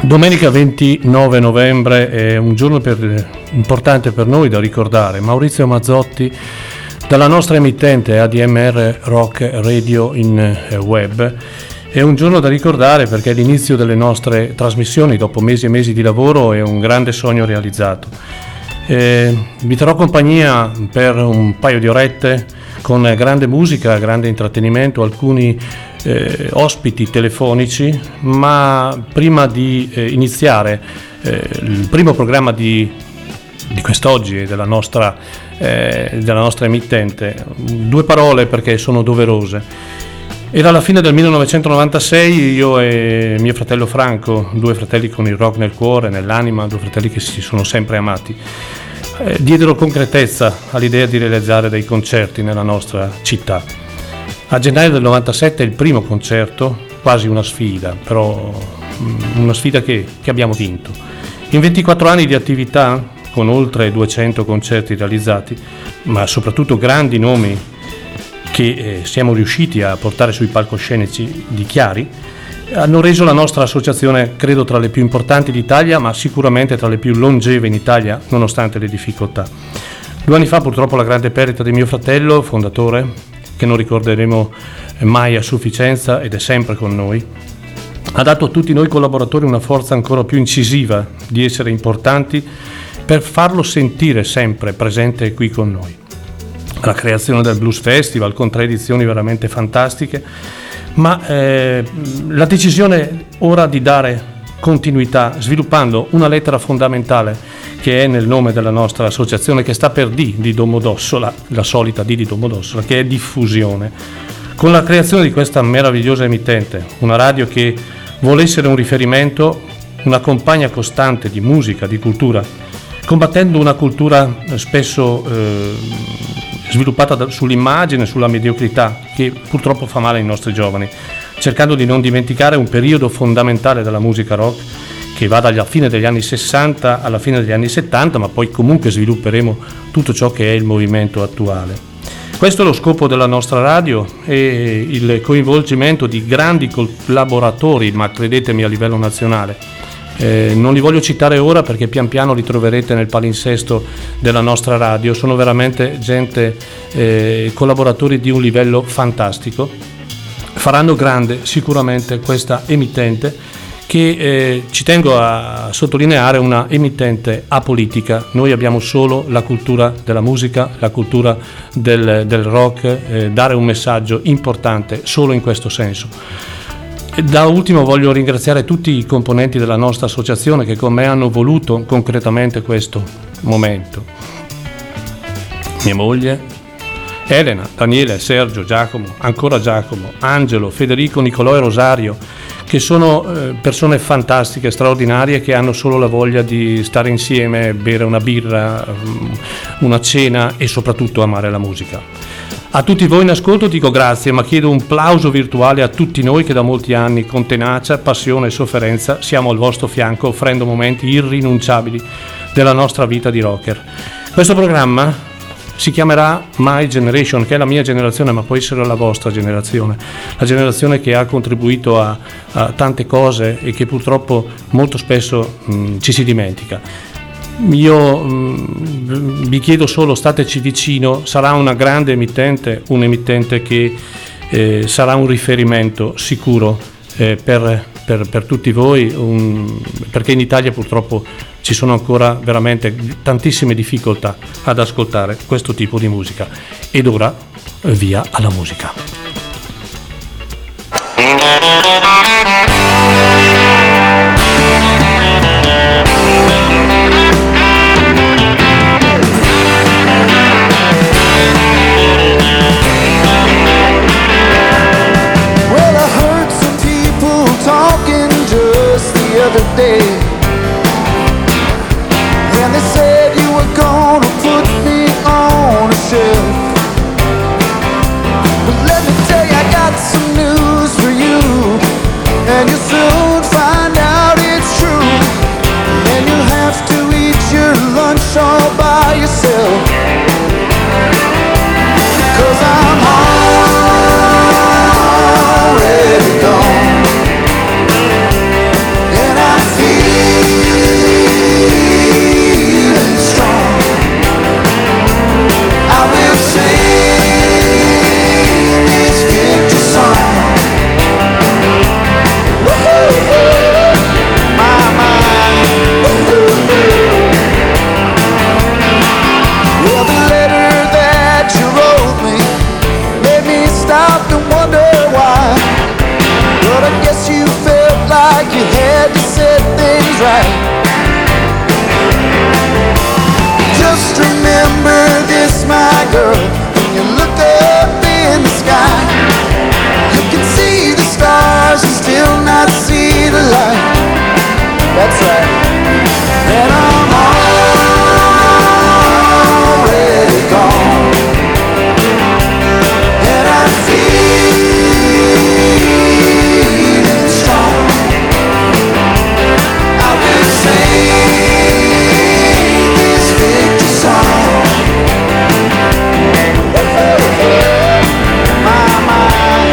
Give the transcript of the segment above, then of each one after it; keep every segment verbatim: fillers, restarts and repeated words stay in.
Domenica ventinove novembre è un giorno per, importante per noi da ricordare. Maurizio Mazzotti, dalla nostra emittente A D M R Rock Radio in web, è un giorno da ricordare perché è l'inizio delle nostre trasmissioni dopo mesi e mesi di lavoro e un grande sogno realizzato. Eh, vi terrò compagnia per un paio di orette con grande musica, grande intrattenimento, alcuni eh, ospiti telefonici, ma prima di eh, iniziare eh, il primo programma di, di quest'oggi e della nostra, eh, della nostra emittente, due parole perché sono doverose. Era la fine del millenovecentonovantasei, io e mio fratello Franco, due fratelli con il rock nel cuore, nell'anima, due fratelli che si sono sempre amati, eh, diedero concretezza all'idea di realizzare dei concerti nella nostra città. A gennaio del novantasette il primo concerto, quasi una sfida, però una sfida che, che abbiamo vinto. In ventiquattro anni di attività, con oltre duecento concerti realizzati, ma soprattutto grandi nomi che eh, siamo riusciti a portare sui palcoscenici di Chiari, hanno reso la nostra associazione, credo, tra le più importanti d'Italia, ma sicuramente tra le più longeve in Italia, nonostante le difficoltà. Due anni fa, purtroppo, la grande perdita di mio fratello, fondatore, che non ricorderemo mai a sufficienza ed è sempre con noi, ha dato a tutti noi collaboratori una forza ancora più incisiva di essere importanti per farlo sentire sempre presente qui con noi. La creazione del Blues Festival con tre edizioni veramente fantastiche, ma eh, la decisione ora di dare continuità sviluppando una lettera fondamentale che è nel nome della nostra associazione, che sta per D di Domodossola, la solita D di Domodossola, che è diffusione. Con la creazione di questa meravigliosa emittente, una radio che vuole essere un riferimento, una compagna costante di musica, di cultura, combattendo una cultura spesso eh, sviluppata da, sull'immagine, sulla mediocrità, che purtroppo fa male ai nostri giovani, cercando di non dimenticare un periodo fondamentale della musica rock che va dalla fine degli anni sessanta alla fine degli anni settanta, ma poi comunque svilupperemo tutto ciò che è il movimento attuale. Questo è lo scopo della nostra radio e il coinvolgimento di grandi collaboratori, ma credetemi a livello nazionale. Eh, non li voglio citare ora perché pian piano li troverete nel palinsesto della nostra radio. Sono veramente gente, eh, collaboratori di un livello fantastico. Faranno grande sicuramente questa emittente che eh, ci tengo a sottolineare, una emittente apolitica. Noi abbiamo solo la cultura della musica, la cultura del, del rock, eh, dare un messaggio importante solo in questo senso. Da ultimo voglio ringraziare tutti i componenti della nostra associazione che con me hanno voluto concretamente questo momento. Mia moglie, Elena, Daniele, Sergio, Giacomo, ancora Giacomo, Angelo, Federico, Nicolò e Rosario, che sono eh, persone fantastiche, straordinarie, che hanno solo la voglia di stare insieme, bere una birra, una cena e soprattutto amare la musica. A tutti voi in ascolto dico grazie, ma chiedo un plauso virtuale a tutti noi che da molti anni, con tenacia, passione e sofferenza, siamo al vostro fianco, offrendo momenti irrinunciabili della nostra vita di rocker. Questo programma si chiamerà My Generation, che è la mia generazione, ma può essere la vostra generazione, la generazione che ha contribuito a, a tante cose e che purtroppo molto spesso mh, ci si dimentica. Io mh, vi chiedo solo, stateci vicino, sarà una grande emittente, un'emittente che eh, sarà un riferimento sicuro eh, per, per, per tutti voi, un, perché in Italia purtroppo ci sono ancora veramente tantissime difficoltà ad ascoltare questo tipo di musica. Ed ora via alla musica. Day, and they said you were gonna put me on a shelf. But let me tell you, I got some news for you. and wonder why. But I guess you felt like you had to set things right. Just remember this, my girl, when you look up in the sky, you can see the stars and still not see the light. That's right. And I'm already gone, and I feel strong. I will sing this victory song. My, my,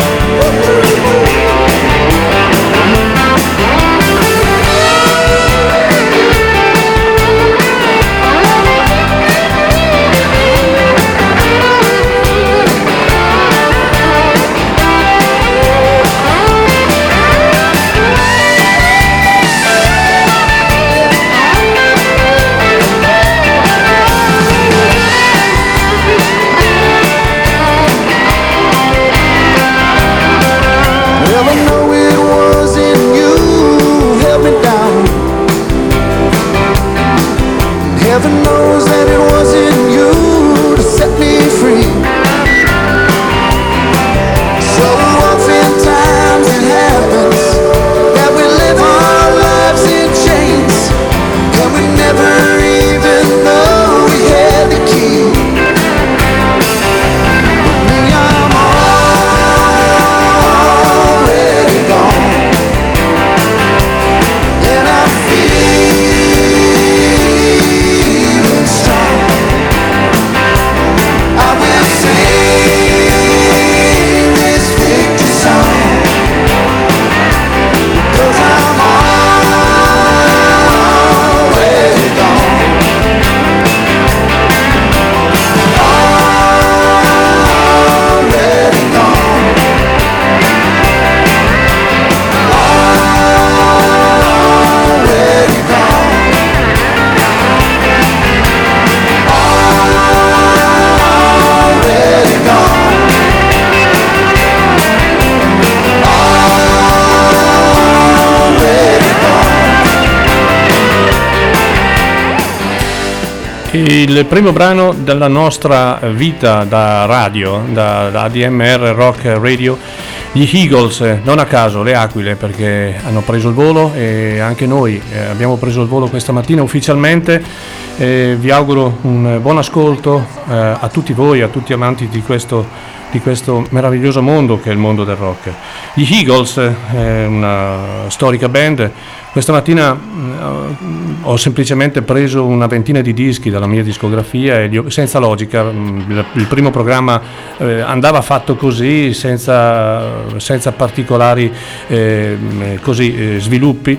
heaven knows that it wasn't you to set me free. So oftentimes it happens that we live our lives in chains, and we never even know we had the key. Me, I'm already gone, and I feel il primo brano della nostra vita da radio, da, da A D M R Rock Radio, gli Eagles, non a caso le Aquile, perché hanno preso il volo e anche noi eh, abbiamo preso il volo questa mattina ufficialmente. Eh, vi auguro un buon ascolto eh, a tutti voi, a tutti amanti di questo, di questo meraviglioso mondo che è il mondo del rock. Gli Eagles è una storica band. Questa mattina uh, ho semplicemente preso una ventina di dischi dalla mia discografia e li ho, senza logica, il, il primo programma eh, andava fatto così, senza, senza particolari eh, così, eh, sviluppi.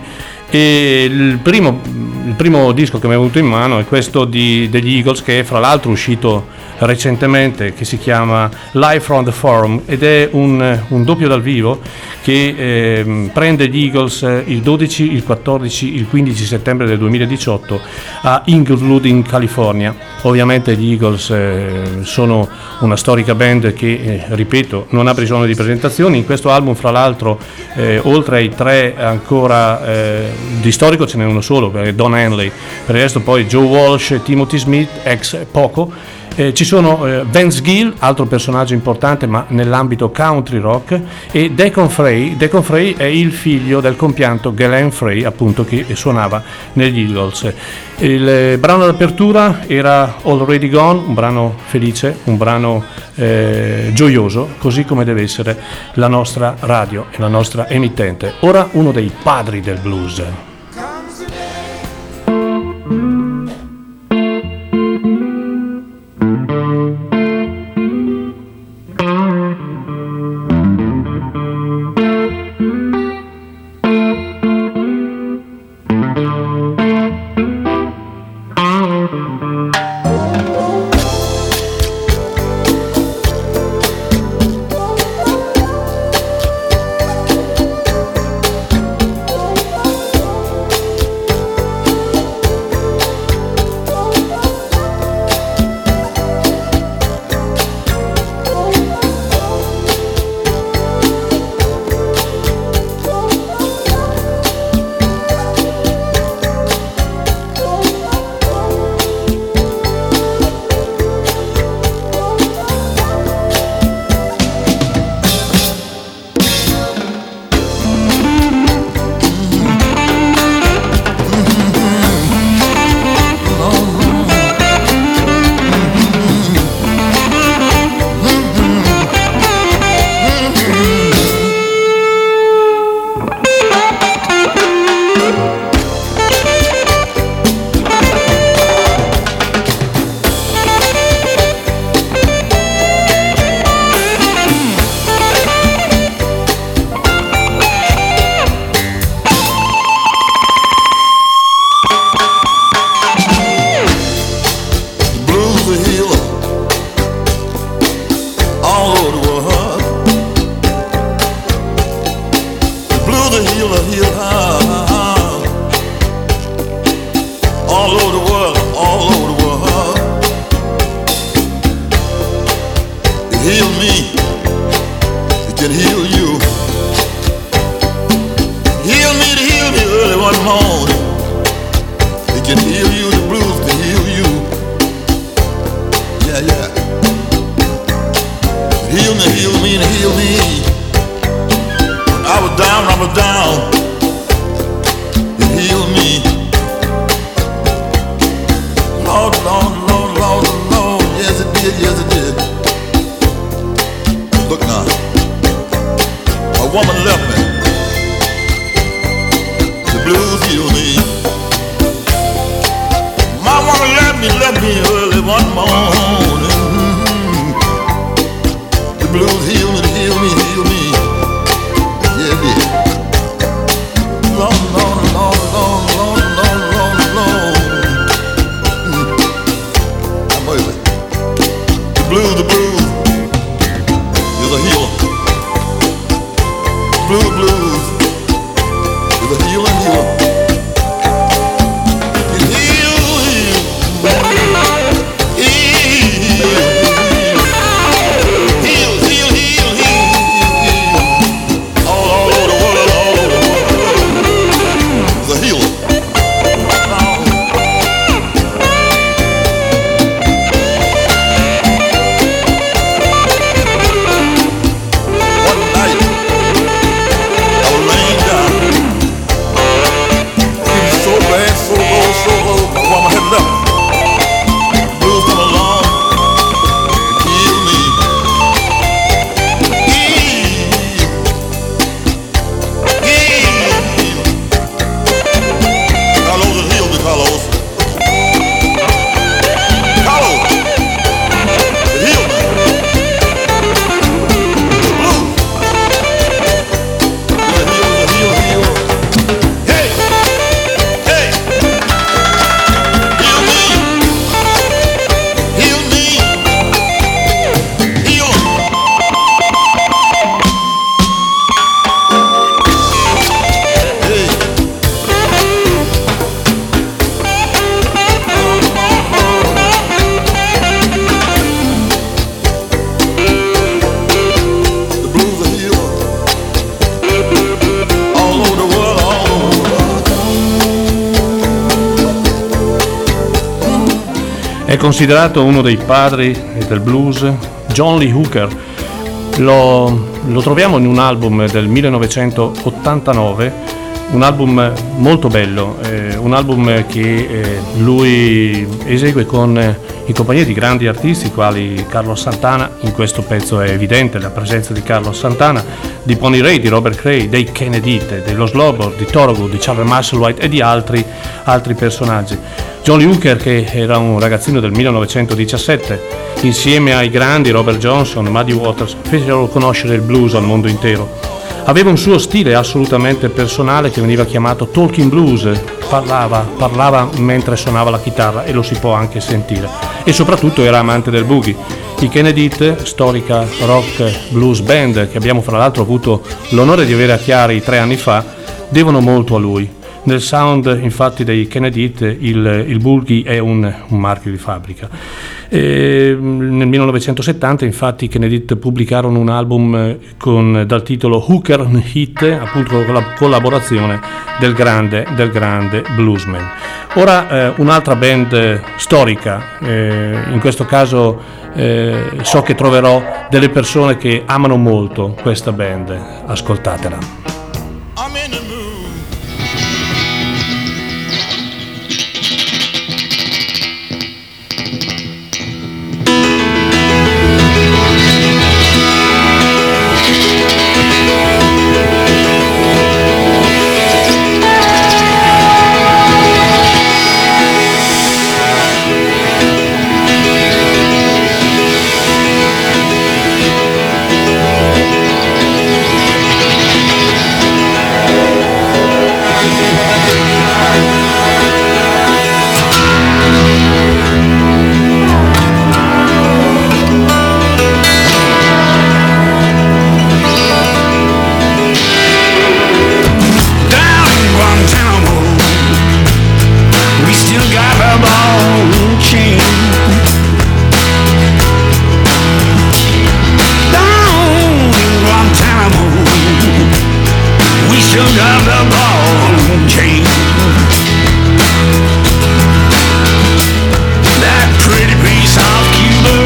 E il primo, il primo disco che mi è venuto in mano è questo di, degli Eagles, che è fra l'altro uscito recentemente, che si chiama Live from the Forum, ed è un, un doppio dal vivo che eh, prende gli Eagles il dodici, il quattordici, il quindici settembre del duemiladiciotto a Inglewood in California. Ovviamente gli Eagles eh, sono una storica band che, eh, ripeto, non ha bisogno di presentazioni. In questo album, fra l'altro, eh, oltre ai tre ancora eh, di storico ce n'è uno solo, perché Don Henley, per il resto poi Joe Walsh, Timothy Smith, ex Poco. Eh, ci sono eh, Vince Gill, altro personaggio importante ma nell'ambito country rock, e Deacon Frey. Deacon Frey è il figlio del compianto Glenn Frey, appunto, che suonava negli Eagles. Il eh, brano d'apertura era Already Gone, un brano felice, un brano eh, gioioso, così come deve essere la nostra radio e la nostra emittente. Ora uno dei padri del blues. heal you. Heal me to heal me early one morning. He can heal you, the blues to heal you. Yeah, yeah. Heal me, heal me, and heal me. I was down, I was down. And heal me. Lord, Lord, Lord, Lord, Lord. Yes, it did, yes, it did. Look now. A woman left me. The blues heal me. My woman left me, left me early one morning. The blues heal me, heal me, heal me. Yeah, yeah. Long, long, long, long, long, long, long, long. I'm over. The blues, the blues is a healer. Blue blues is a healer, healer. It heal, heal, heal, heal, heal, heal, heal, heal. All, all over the world, all over the world. It's a healer. One night I was laying down, feeling so bad, so low, so low. My woman had left me. The blues come along and heal me. Heal, heal. Carlos and heal me, Carlos. Carlos, it heal me. The blues. Heal, heal, heal, heal. Hey, hey. Heal me. Heal me. Heal 'em. Hey. The blues are healed. All over the world, all over the world. È considerato uno dei padri del blues John Lee Hooker. Lo, lo troviamo in un album del millenovecentottantanove, un album molto bello, eh, un album che eh, lui esegue con, eh, in compagnia di grandi artisti quali Carlos Santana. In questo pezzo è evidente la presenza di Carlos Santana, di Bonnie Raitt, di Robert Cray, dei Kennedy, dei Los Lobos, di Thorogood, di Charles Musselwhite e di altri, altri personaggi. John Lee Hooker, che era un ragazzino del millenovecentodiciassette, insieme ai grandi Robert Johnson e Muddy Waters, fecero conoscere il blues al mondo intero. Aveva un suo stile assolutamente personale che veniva chiamato talking blues, parlava, parlava mentre suonava la chitarra, e lo si può anche sentire, e soprattutto era amante del boogie. I Kennedy, storica rock blues band che abbiamo fra l'altro avuto l'onore di avere a Chiari tre anni fa, devono molto a lui. Nel sound infatti dei Kennedy il, il boogie è un, un marchio di fabbrica. E nel millenovecentosettanta infatti i Kennedy pubblicarono un album con, dal titolo Hooker Hit, appunto con la collaborazione del grande, del grande bluesman. Ora eh, un'altra band storica, eh, in questo caso eh, so che troverò delle persone che amano molto questa band, ascoltatela. I'm in the mood. got the ball and chain. That pretty piece of Cuba,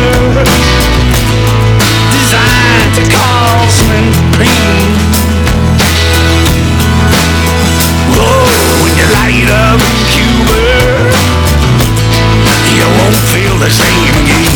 designed to cause me pain. Oh, when you light up in Cuba, you won't feel the same again.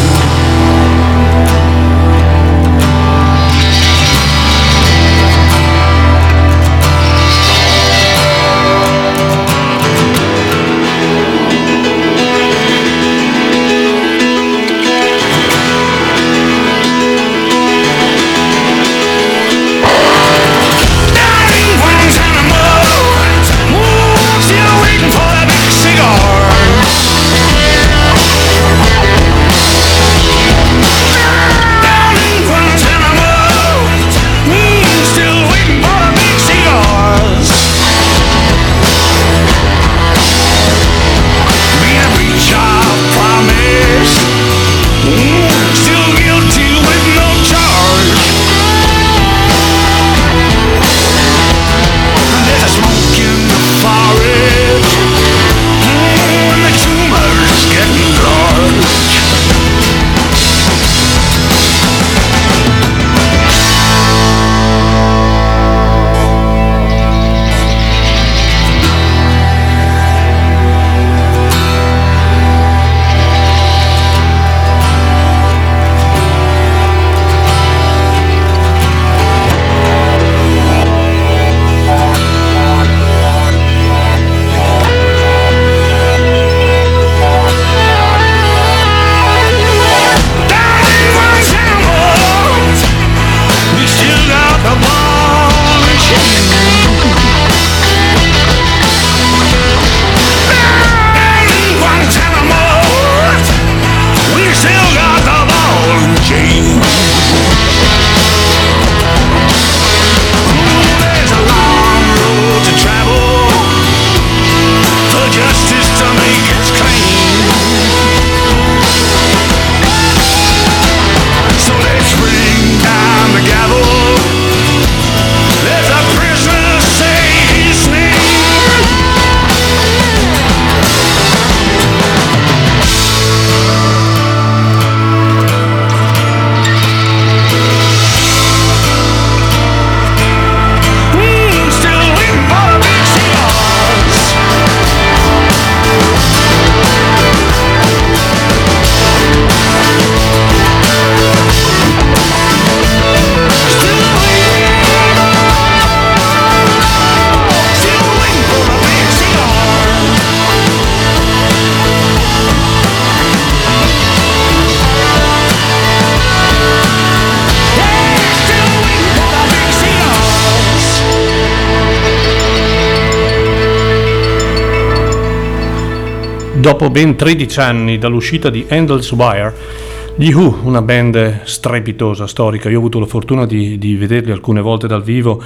Dopo ben tredici anni dall'uscita di Handle's Wire, gli Who, una band strepitosa, storica, io ho avuto la fortuna di, di vederli alcune volte dal vivo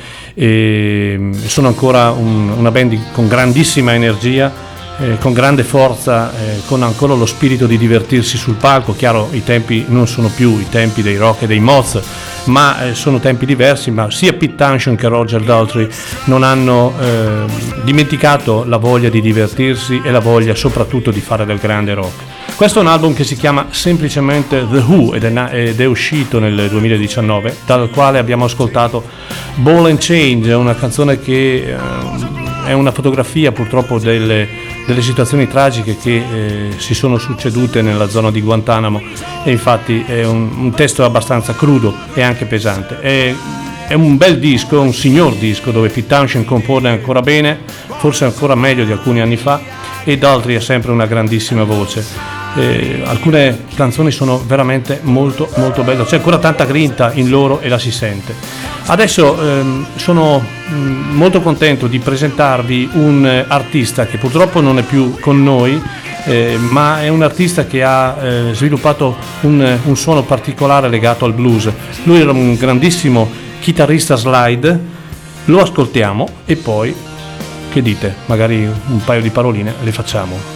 e sono ancora un, una band con grandissima energia, eh, con grande forza, eh, con ancora lo spirito di divertirsi sul palco. Chiaro, i tempi non sono più i tempi dei Rock e dei Moz, ma eh, sono tempi diversi, ma sia Pete Townshend che Roger Daltrey non hanno eh, dimenticato la voglia di divertirsi e la voglia soprattutto di fare del grande rock. Questo è un album che si chiama semplicemente The Who ed è, na- ed è uscito nel duemiladiciannove, dal quale abbiamo ascoltato Ball and Chain, una canzone che eh, è una fotografia purtroppo delle, delle situazioni tragiche che eh, si sono succedute nella zona di Guantanamo, e infatti è un, un testo abbastanza crudo e anche pesante. È, è un bel disco, un signor disco dove Pete Townshend compone ancora bene, forse ancora meglio di alcuni anni fa, e Daltrey ha sempre una grandissima voce. Eh, alcune canzoni sono veramente molto molto belle, c'è ancora tanta grinta in loro e la si sente. Adesso ehm, sono mh, molto contento di presentarvi un eh, artista che purtroppo non è più con noi, eh, ma è un artista che ha eh, sviluppato un, un suono particolare legato al blues. Lui era un grandissimo chitarrista slide, lo ascoltiamo e poi, che dite, magari un paio di paroline le facciamo.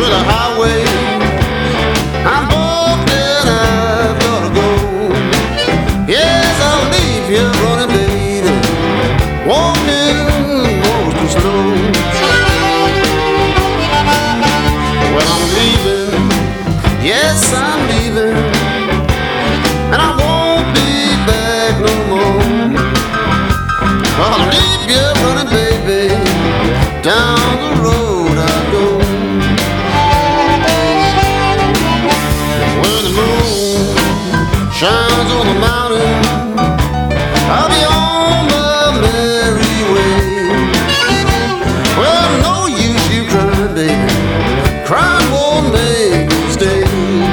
to the highway. I'm bored and I've gotta go. Yes, I'll leave you running, baby, walking almost too slow. Well, I'm leaving, yes, I'm leaving, and I won't be back no more. I'll leave you running, baby, down the road I go. When the moon shines on the mountain, I'll be on my merry way. Well, no use you crying, baby, crying won't make me stay.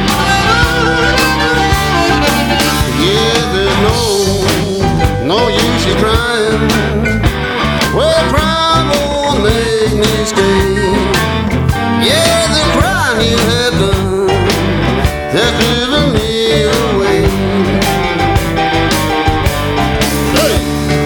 Yeah, there's no, no use you crying. Well, crying won't make me stay. Yeah, the crying you have done, that's driven me away. Hey!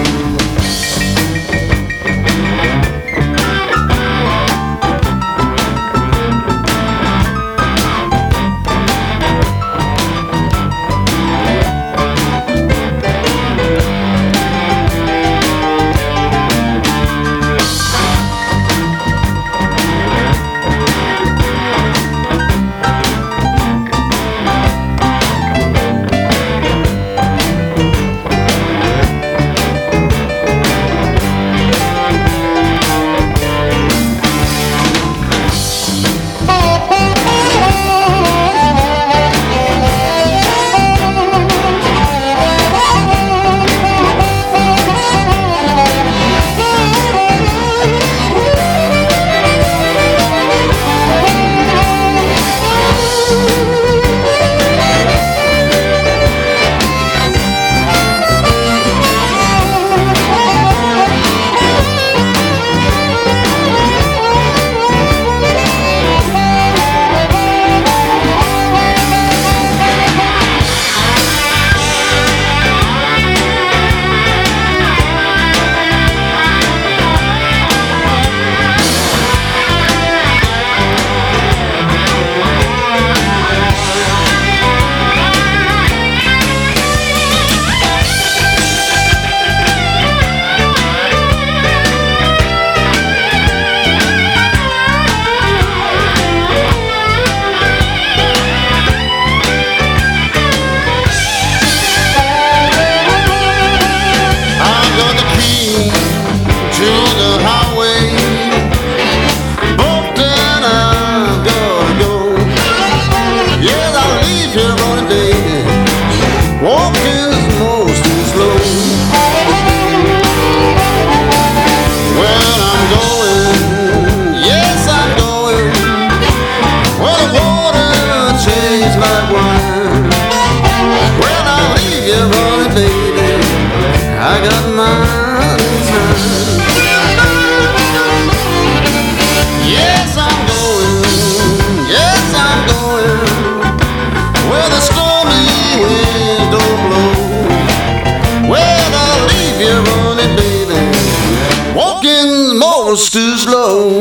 Too slow.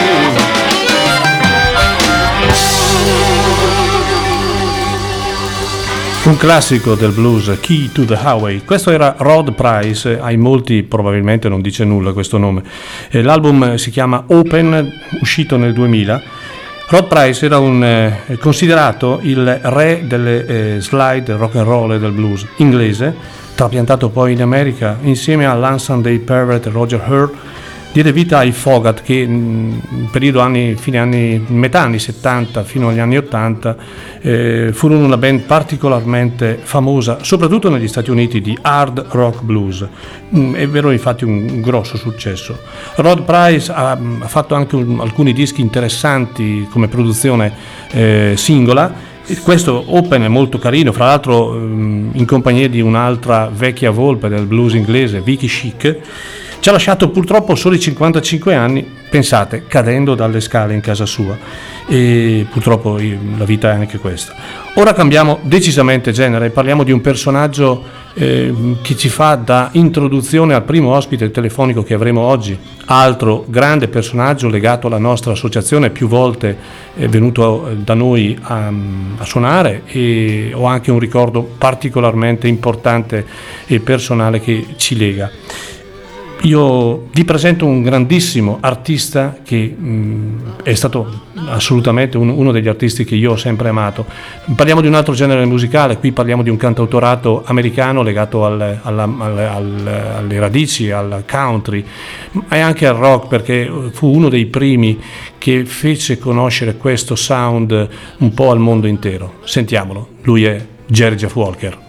Un classico del blues, Key to the Highway. Questo era Rod Price, ai molti probabilmente non dice nulla questo nome. Eh, l'album si chiama Open, uscito nel duemila. Rod Price era un, eh, considerato il re delle eh, slide rock and roll e del blues inglese, trapiantato poi in America insieme a Lance Sunday Pervert e Roger Earl. Diede vita ai Fogat che in periodo anni, fine anni, metà anni settanta fino agli anni ottanta eh, furono una band particolarmente famosa, soprattutto negli Stati Uniti, di hard rock blues. Mm, ebbero infatti un grosso successo. Rod Price ha, ha fatto anche un, alcuni dischi interessanti come produzione eh, singola. Questo Open è molto carino, fra l'altro in compagnia di un'altra vecchia volpe del blues inglese, Vicky Chic. Ci ha lasciato purtroppo soli cinquantacinque anni, pensate, cadendo dalle scale in casa sua, e purtroppo la vita è anche questa. Ora cambiamo decisamente genere, parliamo di un personaggio eh, che ci fa da introduzione al primo ospite telefonico che avremo oggi, altro grande personaggio legato alla nostra associazione, più volte è venuto da noi a, a suonare, e ho anche un ricordo particolarmente importante e personale che ci lega. Io vi presento un grandissimo artista che mh, è stato assolutamente un, uno degli artisti che io ho sempre amato. Parliamo di un altro genere musicale, qui parliamo di un cantautorato americano legato al, alla, al, al, alle radici, al country e anche al rock, perché fu uno dei primi che fece conoscere questo sound un po' al mondo intero. Sentiamolo, lui è Jerry Jeff Walker.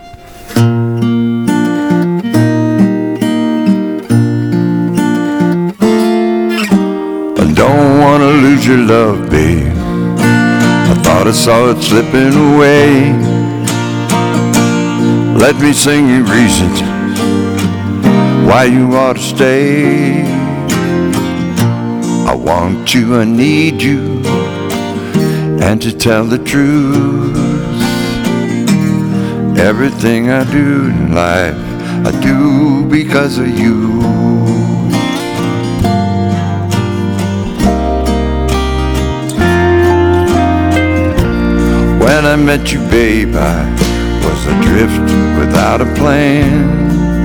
Don't wanna lose your love, babe. I thought I saw it slipping away. Let me sing you reasons why you ought to stay. I want you, I need you, and to tell the truth, everything I do in life, I do because of you. When I met you, babe, I was adrift without a plan.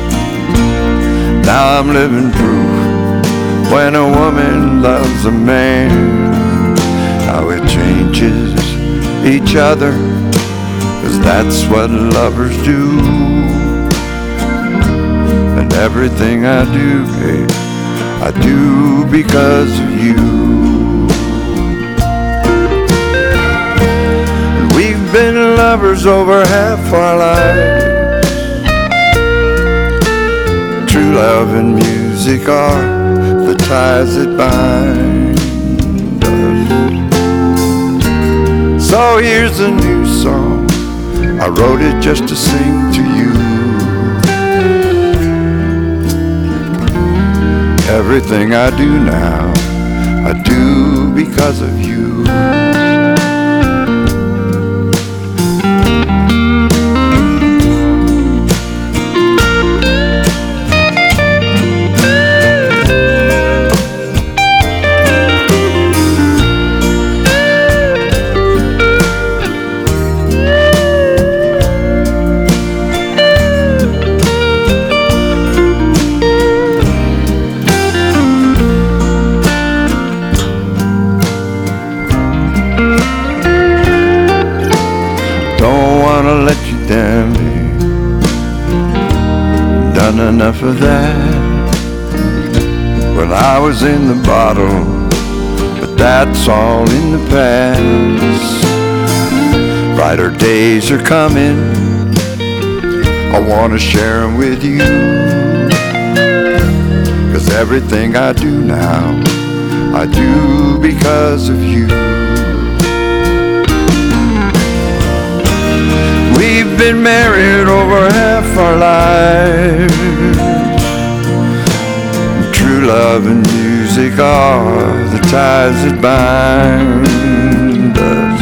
Now I'm living proof when a woman loves a man, how it changes each other, 'cause that's what lovers do. And everything I do, babe, I do because of you. We've been lovers over half our lives. True love and music are the ties that bind us. So here's a new song, I wrote it just to sing to you. Everything I do now, I do because of you. Enough of that. Well, I was in the bottle, but that's all in the past. Brighter days are coming, I want to share them with you, 'cause everything I do now, I do because of you. We've been married over half our lives. True love and music are the ties that bind us.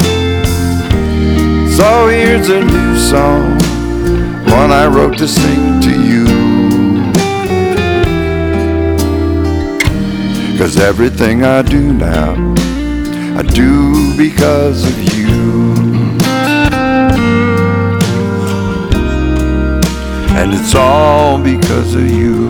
So here's a new song, one I wrote to sing to you, 'cause everything I do now, I do because of you. And it's all because of you.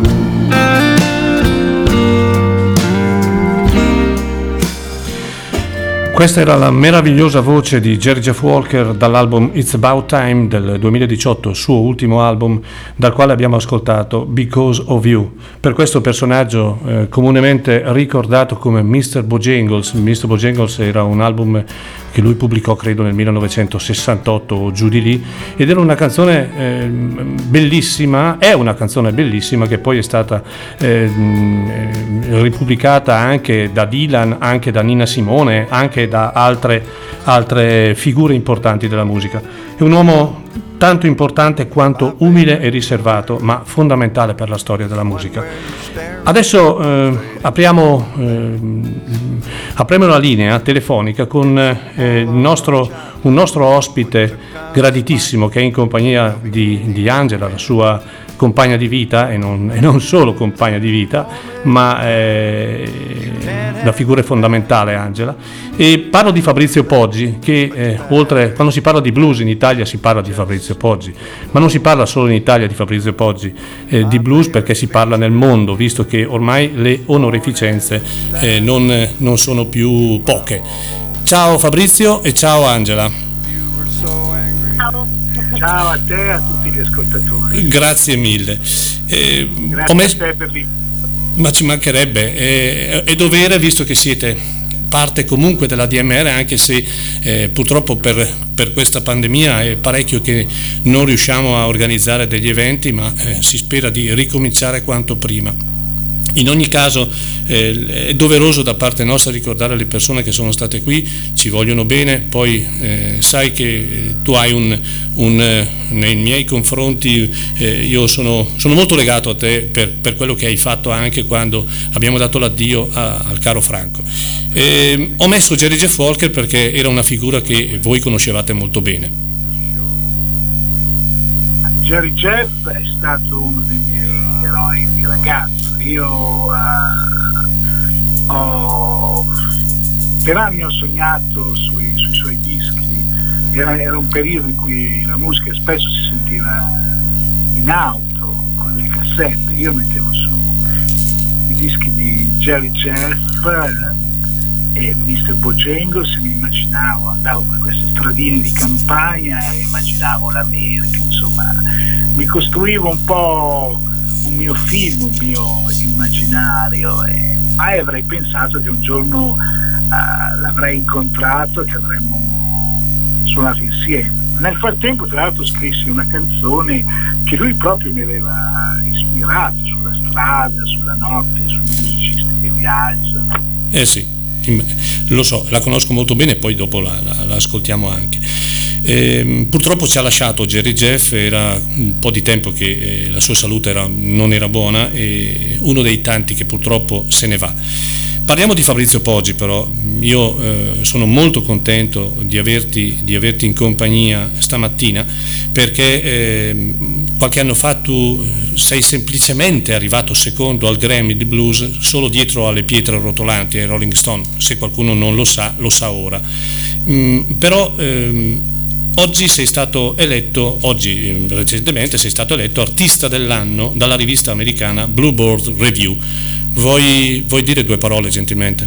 Questa era la meravigliosa voce di Jerry Jeff Walker dall'album It's About Time del duemiladiciotto, il suo ultimo album, dal quale abbiamo ascoltato Because of You. Per questo personaggio eh, comunemente ricordato come mister Bojangles. mister Bojangles era un album che lui pubblicò credo nel millenovecentosessantotto o giù di lì, ed era una canzone eh, bellissima, è una canzone bellissima che poi è stata eh, ripubblicata anche da Dylan, anche da Nina Simone, anche da altre, altre figure importanti della musica. È un uomo tanto importante quanto umile e riservato, ma fondamentale per la storia della musica. Adesso eh, apriamo, eh, apriamo la linea telefonica con eh, il nostro, un nostro ospite graditissimo che è in compagnia di, di Angela, la sua compagna di vita, e non, e non solo compagna di vita, ma eh, la figura è fondamentale, Angela. E parlo di Fabrizio Poggi, che eh, oltre, quando si parla di blues in Italia si parla di Fabrizio Poggi, ma non si parla solo in Italia di Fabrizio Poggi, eh, di blues, perché si parla nel mondo, visto che ormai le onorificenze eh, non, non sono più poche. Ciao Fabrizio e ciao Angela. Ciao. Ciao a te e a tutti gli ascoltatori. Grazie mille. Eh, Grazie messo... a te per l'invito. Ma ci mancherebbe, è, è dovere, visto che siete parte comunque della D M R, anche se eh, purtroppo per, per questa pandemia è parecchio che non riusciamo a organizzare degli eventi, ma eh, si spera di ricominciare quanto prima. In ogni caso eh, è doveroso da parte nostra ricordare le persone che sono state qui, ci vogliono bene, poi eh, sai che eh, tu hai un, un eh, nei miei confronti, eh, io sono, sono molto legato a te per, per quello che hai fatto anche quando abbiamo dato l'addio a, al caro Franco. Eh, ho messo Jerry Jeff Walker perché era una figura che voi conoscevate molto bene. Jerry Jeff è stato uno dei miei eroi di ragazzo. Io uh, ho, per anni ho sognato sui, sui suoi dischi, era, era un periodo in cui la musica spesso si sentiva in auto con le cassette, io mettevo su i dischi di Jerry Jeff e mister Bojangles e mi immaginavo, andavo per queste stradine di campagna e immaginavo l'America, insomma mi costruivo un po' un mio film, un mio immaginario, e mai avrei pensato che un giorno uh, l'avrei incontrato e che avremmo suonato insieme. Nel frattempo tra l'altro scrissi una canzone che lui proprio mi aveva ispirato, sulla strada, sulla notte, sui musicisti che viaggiano. Eh sì, lo so, la conosco molto bene e poi dopo la, la, la ascoltiamo anche. Eh, purtroppo ci ha lasciato Jerry Jeff, era un po' di tempo che eh, la sua salute era, non era buona, e uno dei tanti che purtroppo se ne va. Parliamo di Fabrizio Poggi, però io eh, sono molto contento di averti, di averti in compagnia stamattina, perché eh, qualche anno fa tu sei semplicemente arrivato secondo al Grammy di Blues, solo dietro alle pietre rotolanti ai Rolling Stone. Se qualcuno non lo sa, lo sa ora. Mm, però ehm, oggi sei stato eletto, oggi recentemente sei stato eletto artista dell'anno dalla rivista americana Blueboard Review. Vuoi, vuoi dire due parole gentilmente?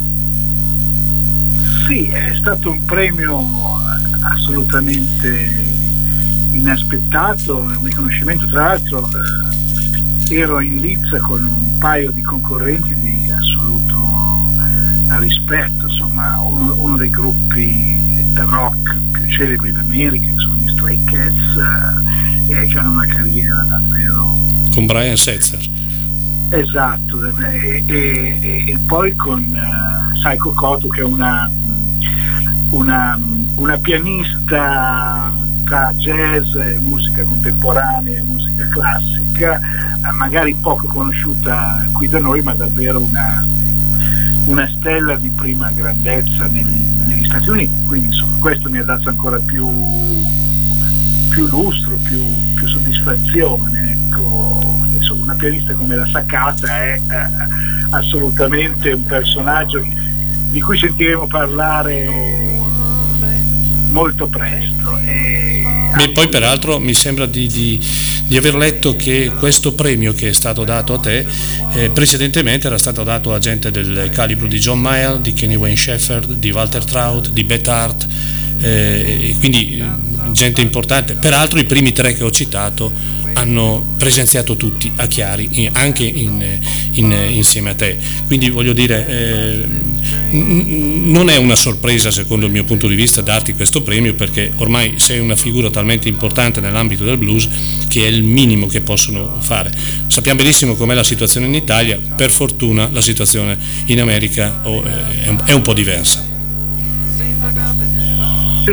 Sì, è stato un premio assolutamente inaspettato, un riconoscimento. Tra l'altro eh, ero in lizza con un paio di concorrenti di assoluto rispetto, insomma uno, uno dei gruppi rock più celebri d'America, che sono gli Stray Cats, eh, che hanno una carriera davvero... Con Brian Setzer. Esatto, e, e, e poi con uh, Saiko Koto, che è una, una, una pianista tra jazz e musica contemporanea e musica classica, eh, magari poco conosciuta qui da noi, ma davvero una, una stella di prima grandezza negli, negli Stati Uniti. Quindi insomma questo mi ha dato ancora più, più lustro, più, più soddisfazione, ecco. Una pianista come la Sakata è eh, assolutamente un personaggio di cui sentiremo parlare molto presto. E Beh, poi peraltro mi sembra di, di, di aver letto che questo premio che è stato dato a te eh, precedentemente era stato dato a gente del calibro di John Mayall, di Kenny Wayne Shepherd, di Walter Trout, di Beth Hart, eh, quindi eh, gente importante. Peraltro i primi tre che ho citato hanno presenziato tutti a Chiari, anche in, in, insieme a te, quindi voglio dire eh, non è una sorpresa secondo il mio punto di vista darti questo premio, perché ormai sei una figura talmente importante nell'ambito del blues che è il minimo che possono fare. Sappiamo benissimo com'è la situazione in Italia, per fortuna la situazione in America oh, è, un, è un po' diversa. Sì,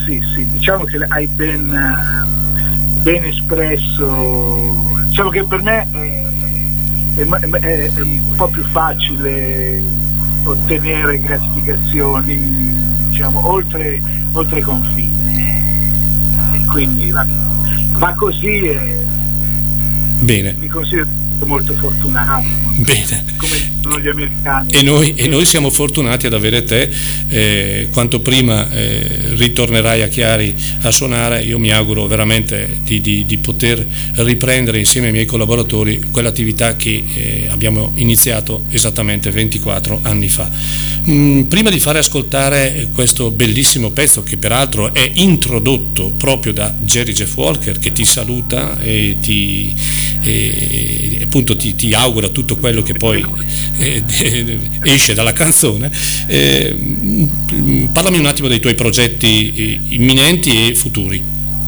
sì, sì, diciamo che hai ben, ben espresso, diciamo che per me è, è, è, è un po' più facile ottenere gratificazioni, diciamo, oltre, oltre confine, e quindi va, va così e bene. Mi considero molto fortunato. Bene. Come sono gli americani. E noi, e noi siamo fortunati ad avere te. Eh, quanto prima eh, ritornerai a Chiari a suonare, io mi auguro veramente di, di, di poter riprendere insieme ai miei collaboratori quell'attività che eh, abbiamo iniziato esattamente ventiquattro anni fa. Mm, prima di fare ascoltare questo bellissimo pezzo, che peraltro è introdotto proprio da Jerry Jeff Walker, che ti saluta e ti e, appunto ti, ti augura tutto quello che poi eh, esce dalla canzone, eh, parlami un attimo dei tuoi progetti imminenti e futuri.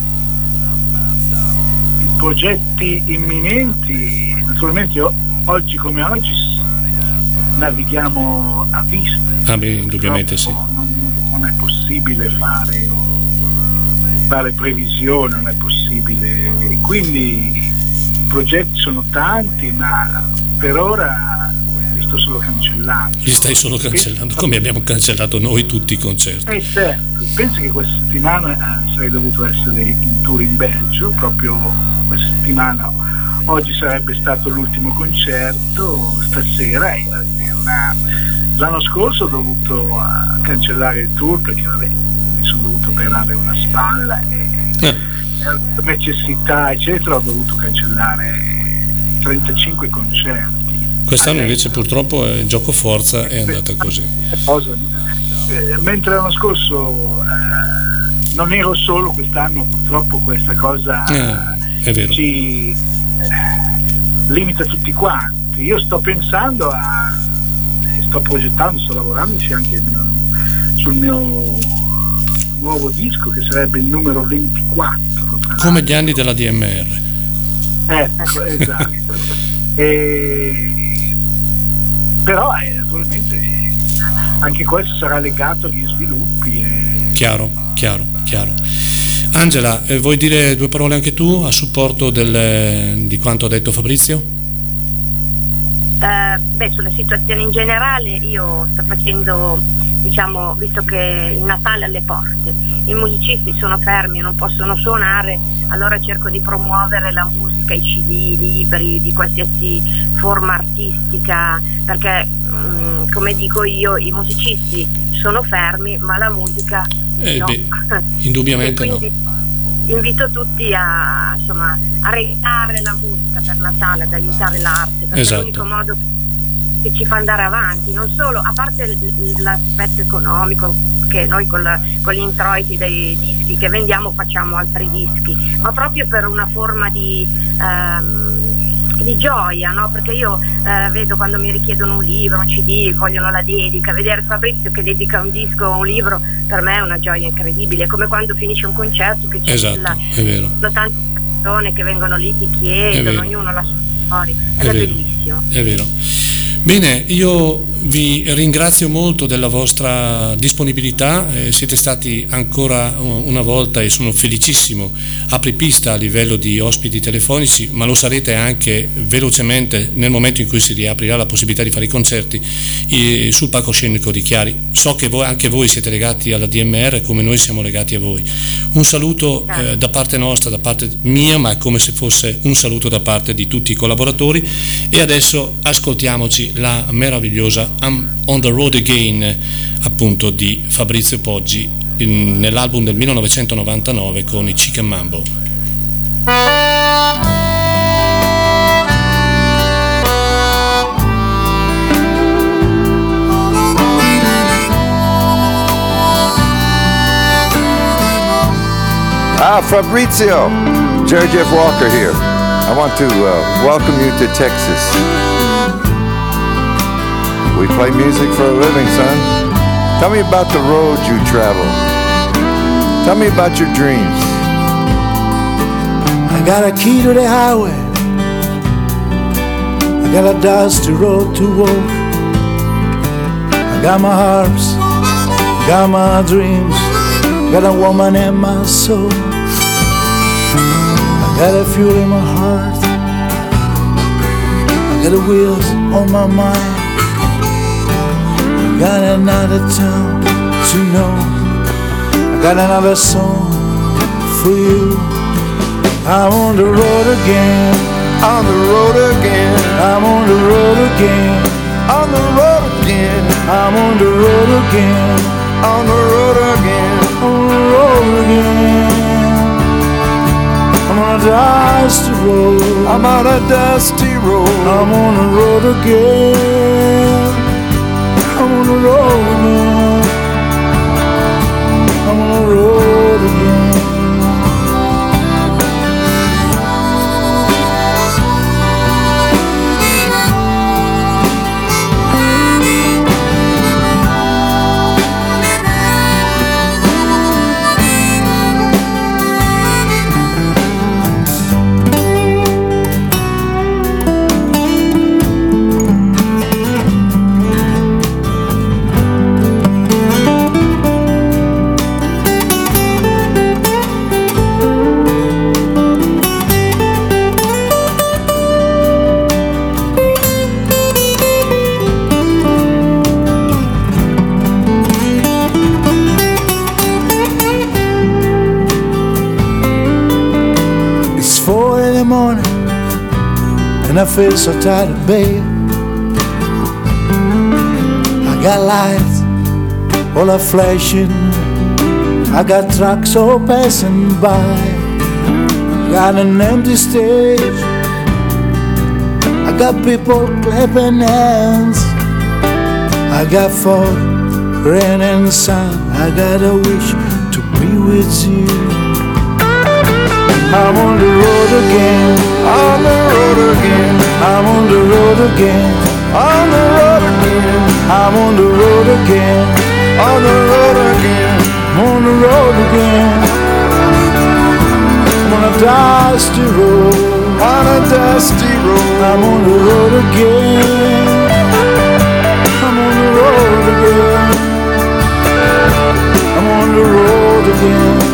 I progetti imminenti, naturalmente oggi come oggi navighiamo a vista. Ah beh, indubbiamente sì. Non, non è possibile fare, fare previsione, non è possibile, e quindi i progetti sono tanti, ma per ora li sto solo cancellando. Li stai solo cancellando, come abbiamo cancellato noi tutti i concerti. Eh certo, penso che questa settimana eh, sarei dovuto essere in tour in Belgio, proprio questa settimana. Oggi sarebbe stato l'ultimo concerto, stasera è una... L'anno scorso ho dovuto uh, cancellare il tour perché vabbè, mi sono dovuto operare una spalla e eh. per necessità eccetera ho dovuto cancellare trentacinque concerti. Quest'anno invece purtroppo il gioco forza è andata così. Mentre l'anno scorso eh, non ero solo, quest'anno purtroppo questa cosa eh, è vero. ci eh, limita tutti quanti. Io sto pensando a sto progettando, sto lavorando anche il mio, sul mio nuovo disco, che sarebbe il numero ventiquattro, come gli anni della D M R. Ecco, esatto. E, però eh, naturalmente anche questo sarà legato agli sviluppi e... chiaro, chiaro, chiaro. Angela, eh, vuoi dire due parole anche tu a supporto del, di quanto ha detto Fabrizio? Uh, beh, sulla situazione in generale io sto facendo, diciamo, visto che il Natale è alle porte, i musicisti sono fermi, non possono suonare, allora cerco di promuovere la musica, i C D, i libri, di qualsiasi forma artistica, perché um, come dico io, i musicisti sono fermi, ma la musica eh, no. Beh, indubbiamente quindi, no. Invito tutti a, insomma, a regalare la musica per Natale, ad aiutare l'arte, perché esatto. è l'unico modo che ci fa andare avanti, non solo, a parte l'aspetto economico, che noi con, la, con gli introiti dei dischi che vendiamo facciamo altri dischi, ma proprio per una forma di, ehm, di gioia, no? Perché io eh, vedo quando mi richiedono un libro, un C D, vogliono la dedica, vedere Fabrizio che dedica un disco o un libro per me è una gioia incredibile, è come quando finisce un concerto che c'è esatto, la, è vero. tante persone che vengono lì, ti chiedono, ognuno la sua storia, ed è, è bellissimo. È vero. Bene, io vi ringrazio molto della vostra disponibilità, eh, siete stati ancora una volta e sono felicissimo apripista a livello di ospiti telefonici, ma lo sarete anche velocemente nel momento in cui si riaprirà la possibilità di fare i concerti eh, sul palcoscenico di Chiari. So che voi, anche voi siete legati alla D M R come noi siamo legati a voi. Un saluto eh, da parte nostra, da parte mia, ma è come se fosse un saluto da parte di tutti i collaboratori, e adesso ascoltiamoci la meravigliosa I'm on the Road Again, appunto di Fabrizio Poggi, in, nell'album del millenovecentonovantanove con i Chicken Mambo. Ah, Fabrizio, Jerry Jeff Walker here. I want to uh, welcome you to Texas. We play music for a living, son. Tell me about the road you travel. Tell me about your dreams. I got a key to the highway. I got a dusty road to walk. I got my harps, got my dreams. got a woman in my soul. I got a fuel in my heart. I got the wheels on my mind. I got another town to know. I got another song for you. I'm on the road again. On the road again. I'm on the road again. On the road again. I'm on the road again. On the road again. On the road again. I'm on a dusty road. I'm on a dusty road. I'm on the road again. I'm on the road again. I'm on the road again. I feel so tired of babe. I got lights all are flashing. I got trucks all passing by. Got an empty stage. I got people clapping hands. I got fog, rain and sun. I got a wish to be with you. I'm on the road again. On the road again. I'm on the road again. On the road again. I'm on the road again. On the road again. I'm on the road again. I'm on a dusty road. On a dusty road. I'm on the road again. I'm on the road again. I'm on the road again.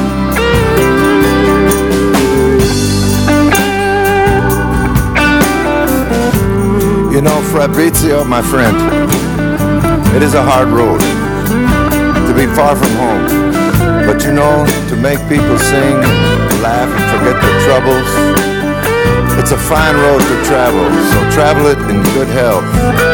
You know, Fabrizio, my friend, it is a hard road to be far from home. But you know, to make people sing, laugh, and forget their troubles, it's a fine road to travel, so travel it in good health.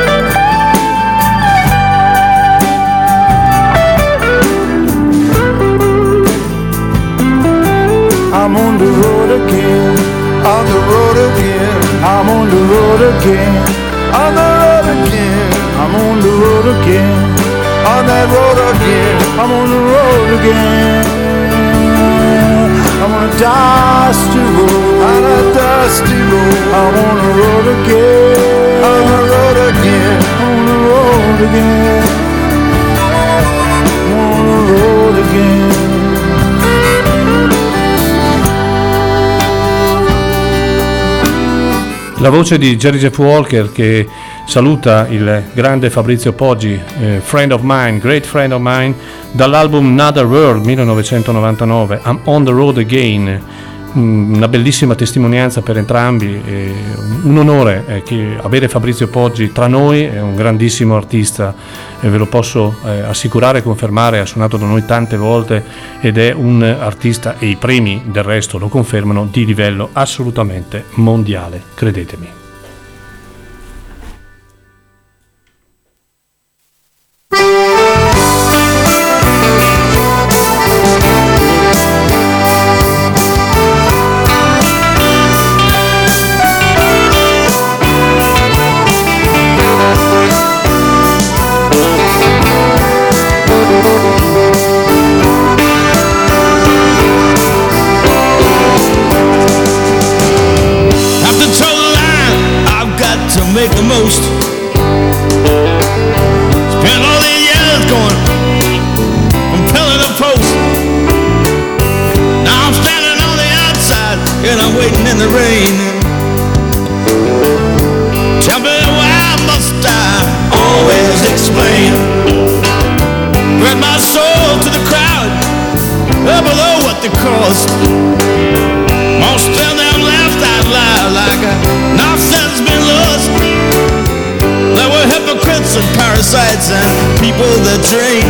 I'm on the road again. On the road again. I'm on the road again. On the road again. I'm on the road again. On that road again. I'm on the road again. I'm on a dusty road. On a dusty road. I'm on the road again. On the road again. On the road again. I'm on the road again. La voce di Jerry Jeff Walker che saluta il grande Fabrizio Poggi, eh, friend of mine, great friend of mine, dall'album Another World millenovecentonovantanove, I'm on the road again, una bellissima testimonianza per entrambi, eh, un onore eh, che avere Fabrizio Poggi tra noi, è un grandissimo artista, eh, ve lo posso eh, assicurare e confermare, ha suonato da noi tante volte ed è un artista, e i premi del resto lo confermano, di livello assolutamente mondiale, credetemi. After tow the line at the cost. Most of them laughed out loud like nothing's been lost. There were hypocrites and parasites and people that drink.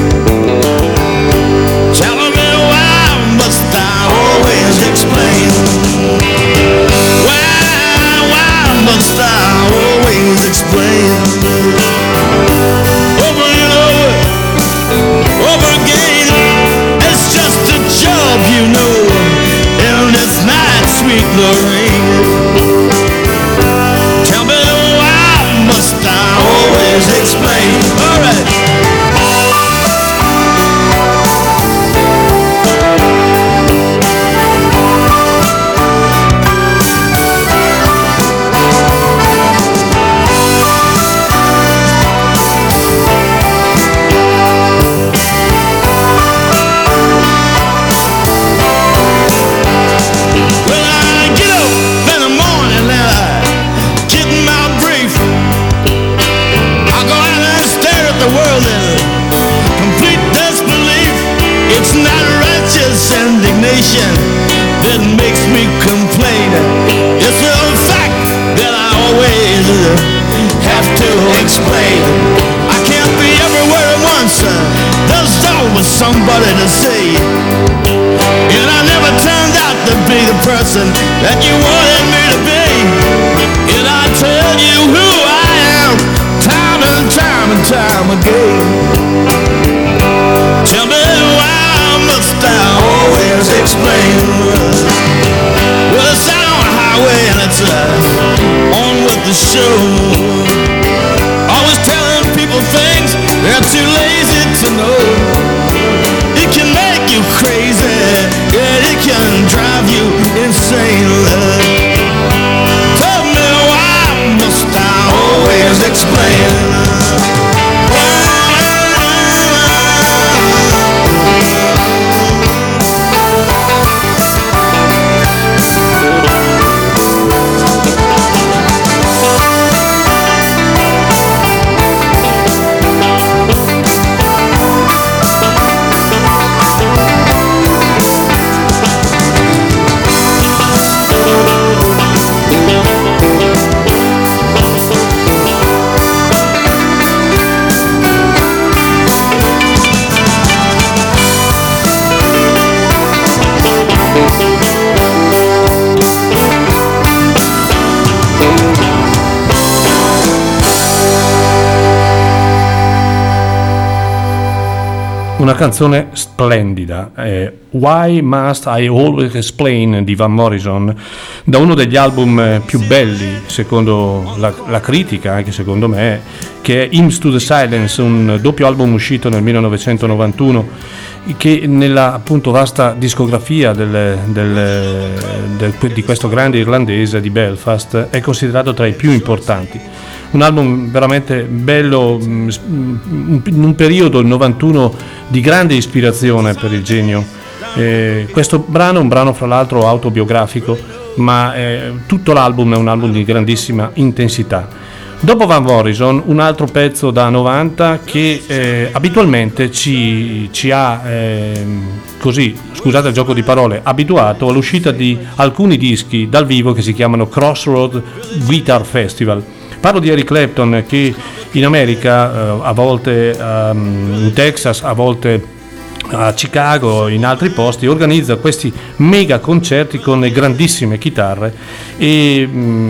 Telling me why must I always explain? Why, why must I always explain? Over and over, over again. It's just a job, you know, and it's not sweet Lorraine. Tell me why must I always explain? All right. That makes me complain. It's a fact that I always have to explain. I can't be everywhere at once. There's always somebody to say. And I never turned out to be the person that you wanted me to be. And I tell you who I am, time and time and time again. Tell me why must I always explain? Well, it's out on the highway and it's uh, on with the show. Always telling people things they're too lazy to know. It can make you crazy, yeah, it can drive you insane. Tell me why must I always explain? Una canzone splendida, eh, Why Must I Always Explain di Van Morrison, da uno degli album più belli secondo la, la critica, anche secondo me, che è Hymns to the Silence, un doppio album uscito nel millenovecentonovantuno che nella appunto vasta discografia del, del, del, di questo grande irlandese di Belfast è considerato tra i più importanti. Un album veramente bello, in un periodo, il novantuno, di grande ispirazione per il genio. Eh, questo brano è un brano fra l'altro autobiografico, ma eh, tutto l'album è un album di grandissima intensità. Dopo Van Morrison, un altro pezzo da novanta che eh, abitualmente ci, ci ha, eh, così, scusate il gioco di parole, abituato all'uscita di alcuni dischi dal vivo che si chiamano Crossroad Guitar Festival. Parlo di Eric Clapton che in America, a volte in Texas, a volte a Chicago, in altri posti, organizza questi mega concerti con le grandissime chitarre e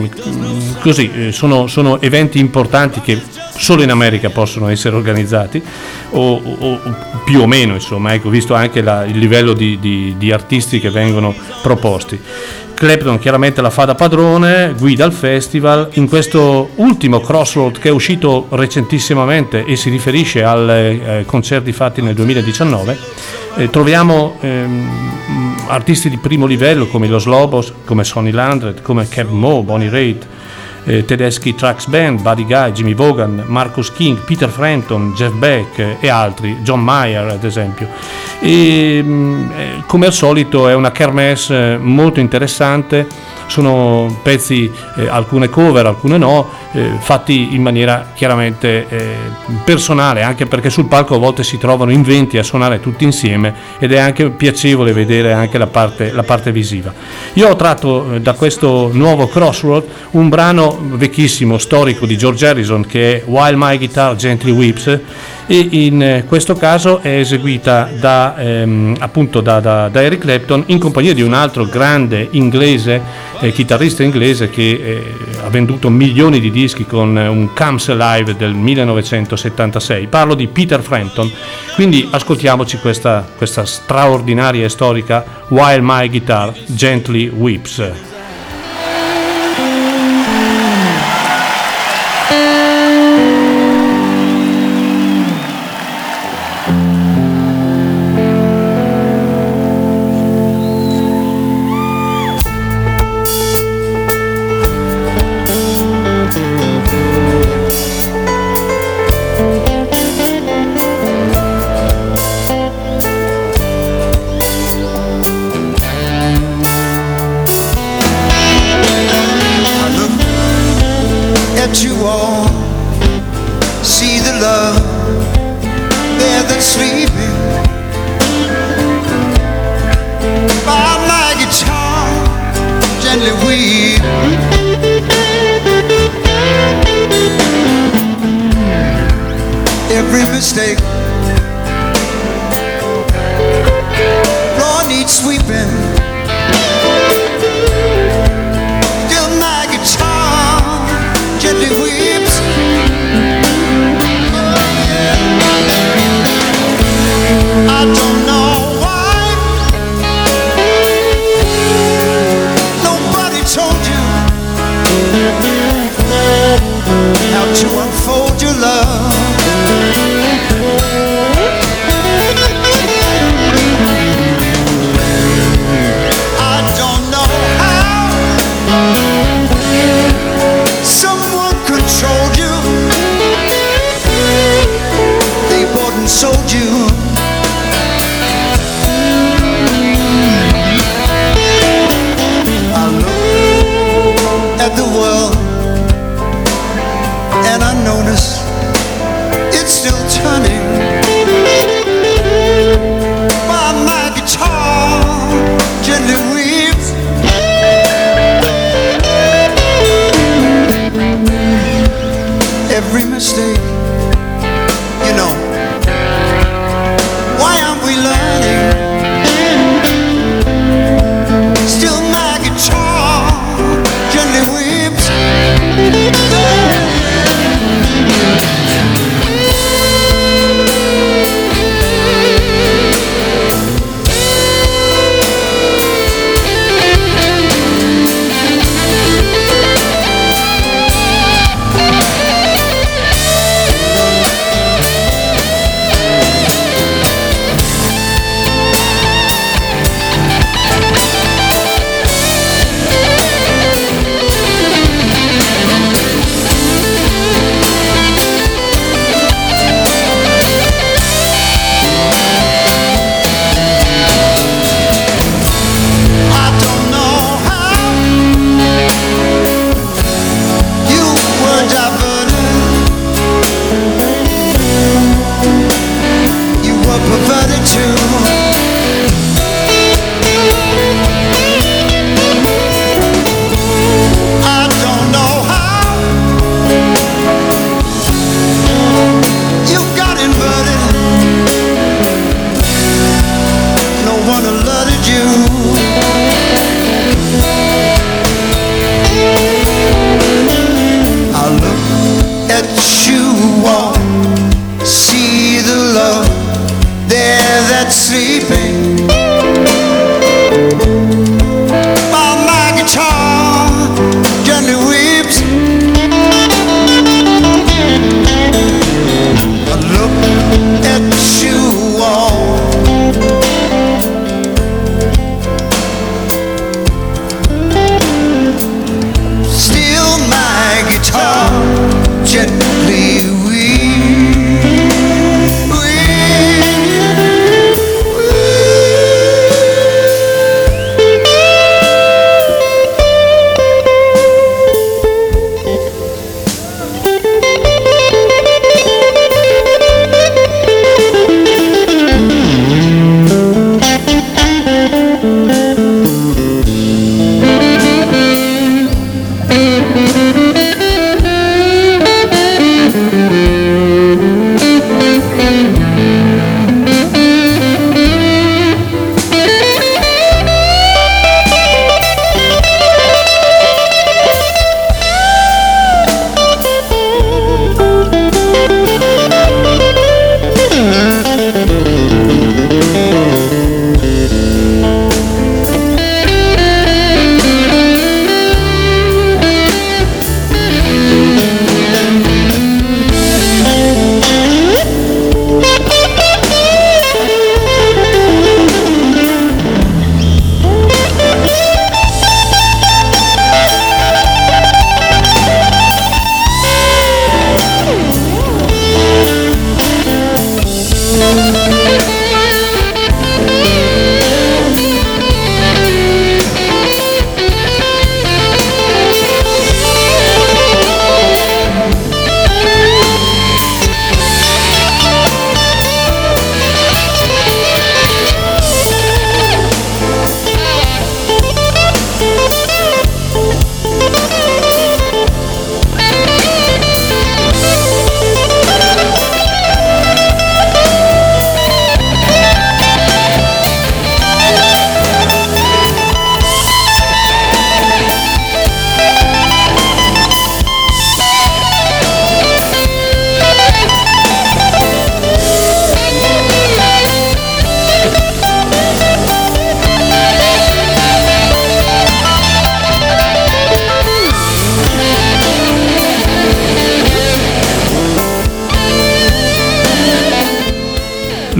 così sono, sono eventi importanti che solo in America possono essere organizzati o, o più o meno, insomma, ecco, visto anche la, il livello di, di, di artisti che vengono proposti. Clapton chiaramente la fa da padrone, guida il festival. In questo ultimo Crossroad, che è uscito recentissimamente e si riferisce ai eh, concerti fatti nel duemiladiciannove, eh, troviamo ehm, artisti di primo livello come Los Lobos, come Sonny Landreth, come Kev Moe, Bonnie Raitt, eh, Tedeschi Trucks Band, Buddy Guy, Jimmy Vaughan, Marcus King, Peter Frampton, Jeff Beck eh, e altri, John Mayer ad esempio. E, eh, come al solito è una kermesse molto interessante, sono pezzi, eh, alcune cover, alcune no, eh, fatti in maniera chiaramente eh, personale, anche perché sul palco a volte si trovano in venti a suonare tutti insieme ed è anche piacevole vedere anche la parte, la parte visiva. Io ho tratto eh, da questo nuovo Crossroad un brano vecchissimo, storico di George Harrison, che è While My Guitar Gently Weeps, e in questo caso è eseguita da, ehm, appunto da, da, da Eric Clapton in compagnia di un altro grande inglese, eh, chitarrista inglese che eh, ha venduto milioni di dischi con un Comes Alive del millenovecentosettantasei. Parlo di Peter Frampton, quindi ascoltiamoci questa, questa straordinaria e storica While My Guitar Gently Weeps.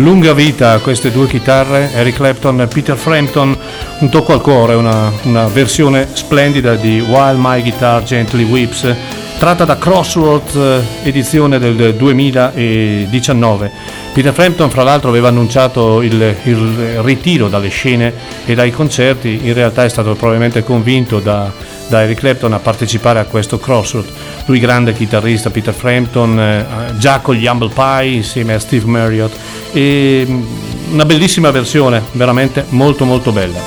lunga vita a queste due chitarre, Eric Clapton e Peter Frampton. Un tocco al cuore, una, una versione splendida di While My Guitar Gently Weeps, tratta da Crossroads, edizione del duemiladiciannove. Peter Frampton, fra l'altro, aveva annunciato il, il ritiro dalle scene e dai concerti. In realtà è stato probabilmente convinto da, da Eric Clapton a partecipare a questo Crossroads. Lui, grande chitarrista, Peter Frampton, eh, già con gli Humble Pie insieme a Steve Marriott, e una bellissima versione, veramente molto molto bella.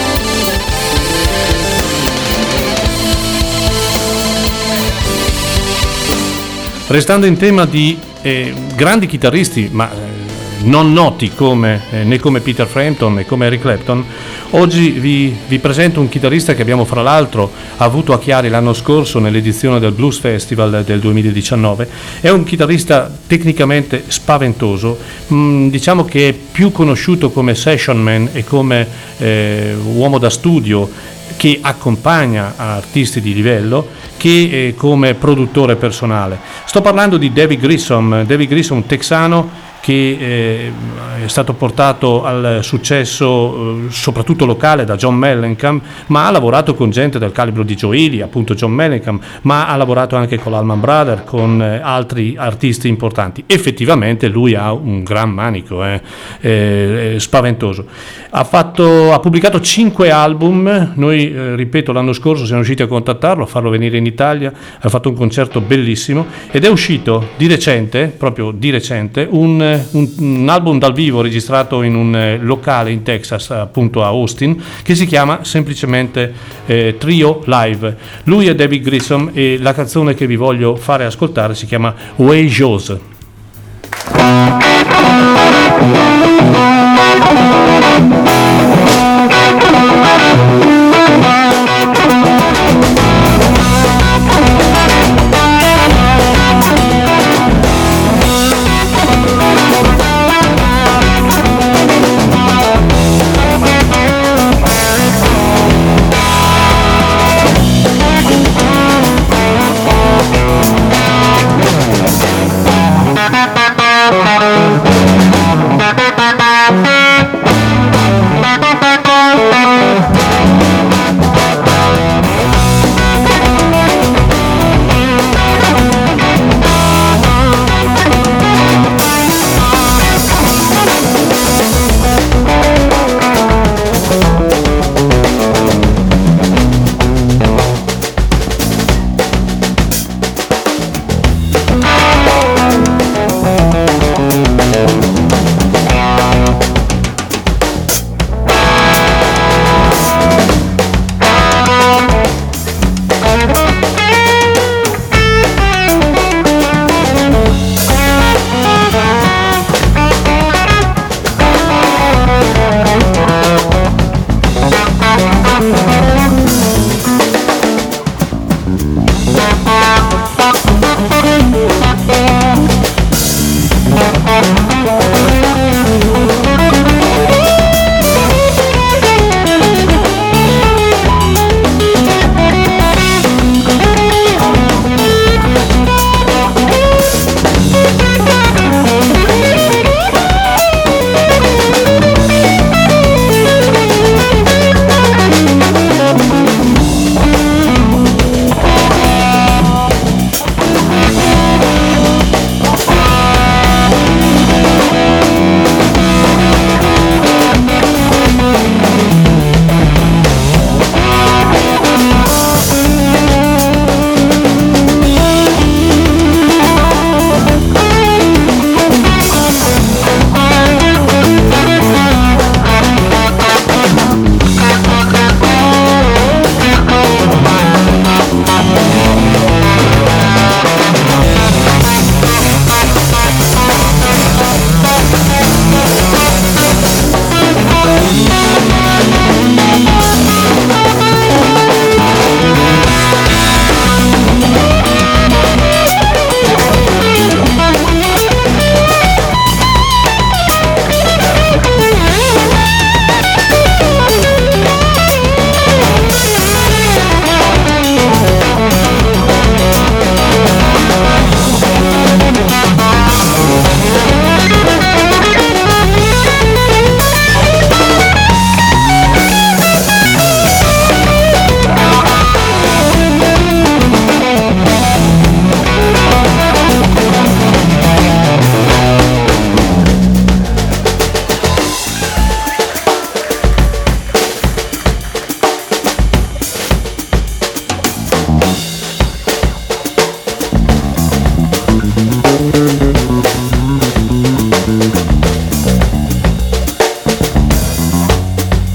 Restando in tema di eh, grandi chitarristi, ma eh, non noti come, eh, né come Peter Frampton né come Eric Clapton, oggi vi, vi presento un chitarrista che abbiamo fra l'altro avuto a Chiari l'anno scorso nell'edizione del Blues Festival del duemiladiciannove. È un chitarrista tecnicamente spaventoso, mm, diciamo che è più conosciuto come session man e come eh, uomo da studio che accompagna artisti di livello, che eh, come produttore personale. Sto parlando di David Grissom, David Grissom texano, che eh, è stato portato al successo eh, soprattutto locale da John Mellencamp, ma ha lavorato con gente del calibro di Joe Ely, appunto John Mellencamp, ma ha lavorato anche con l'Allman Brothers, con eh, altri artisti importanti. Effettivamente lui ha un gran manico, eh, eh, spaventoso. Ha, fatto, ha pubblicato cinque album. Noi, eh, ripeto, l'anno scorso siamo riusciti a contattarlo, a farlo venire in Italia, ha fatto un concerto bellissimo ed è uscito di recente, proprio di recente, un Un, un album dal vivo registrato in un eh, locale in Texas, appunto a Austin, che si chiama semplicemente eh, Trio Live. Lui è David Grissom e la canzone che vi voglio fare ascoltare si chiama Way Joe's. Thank you.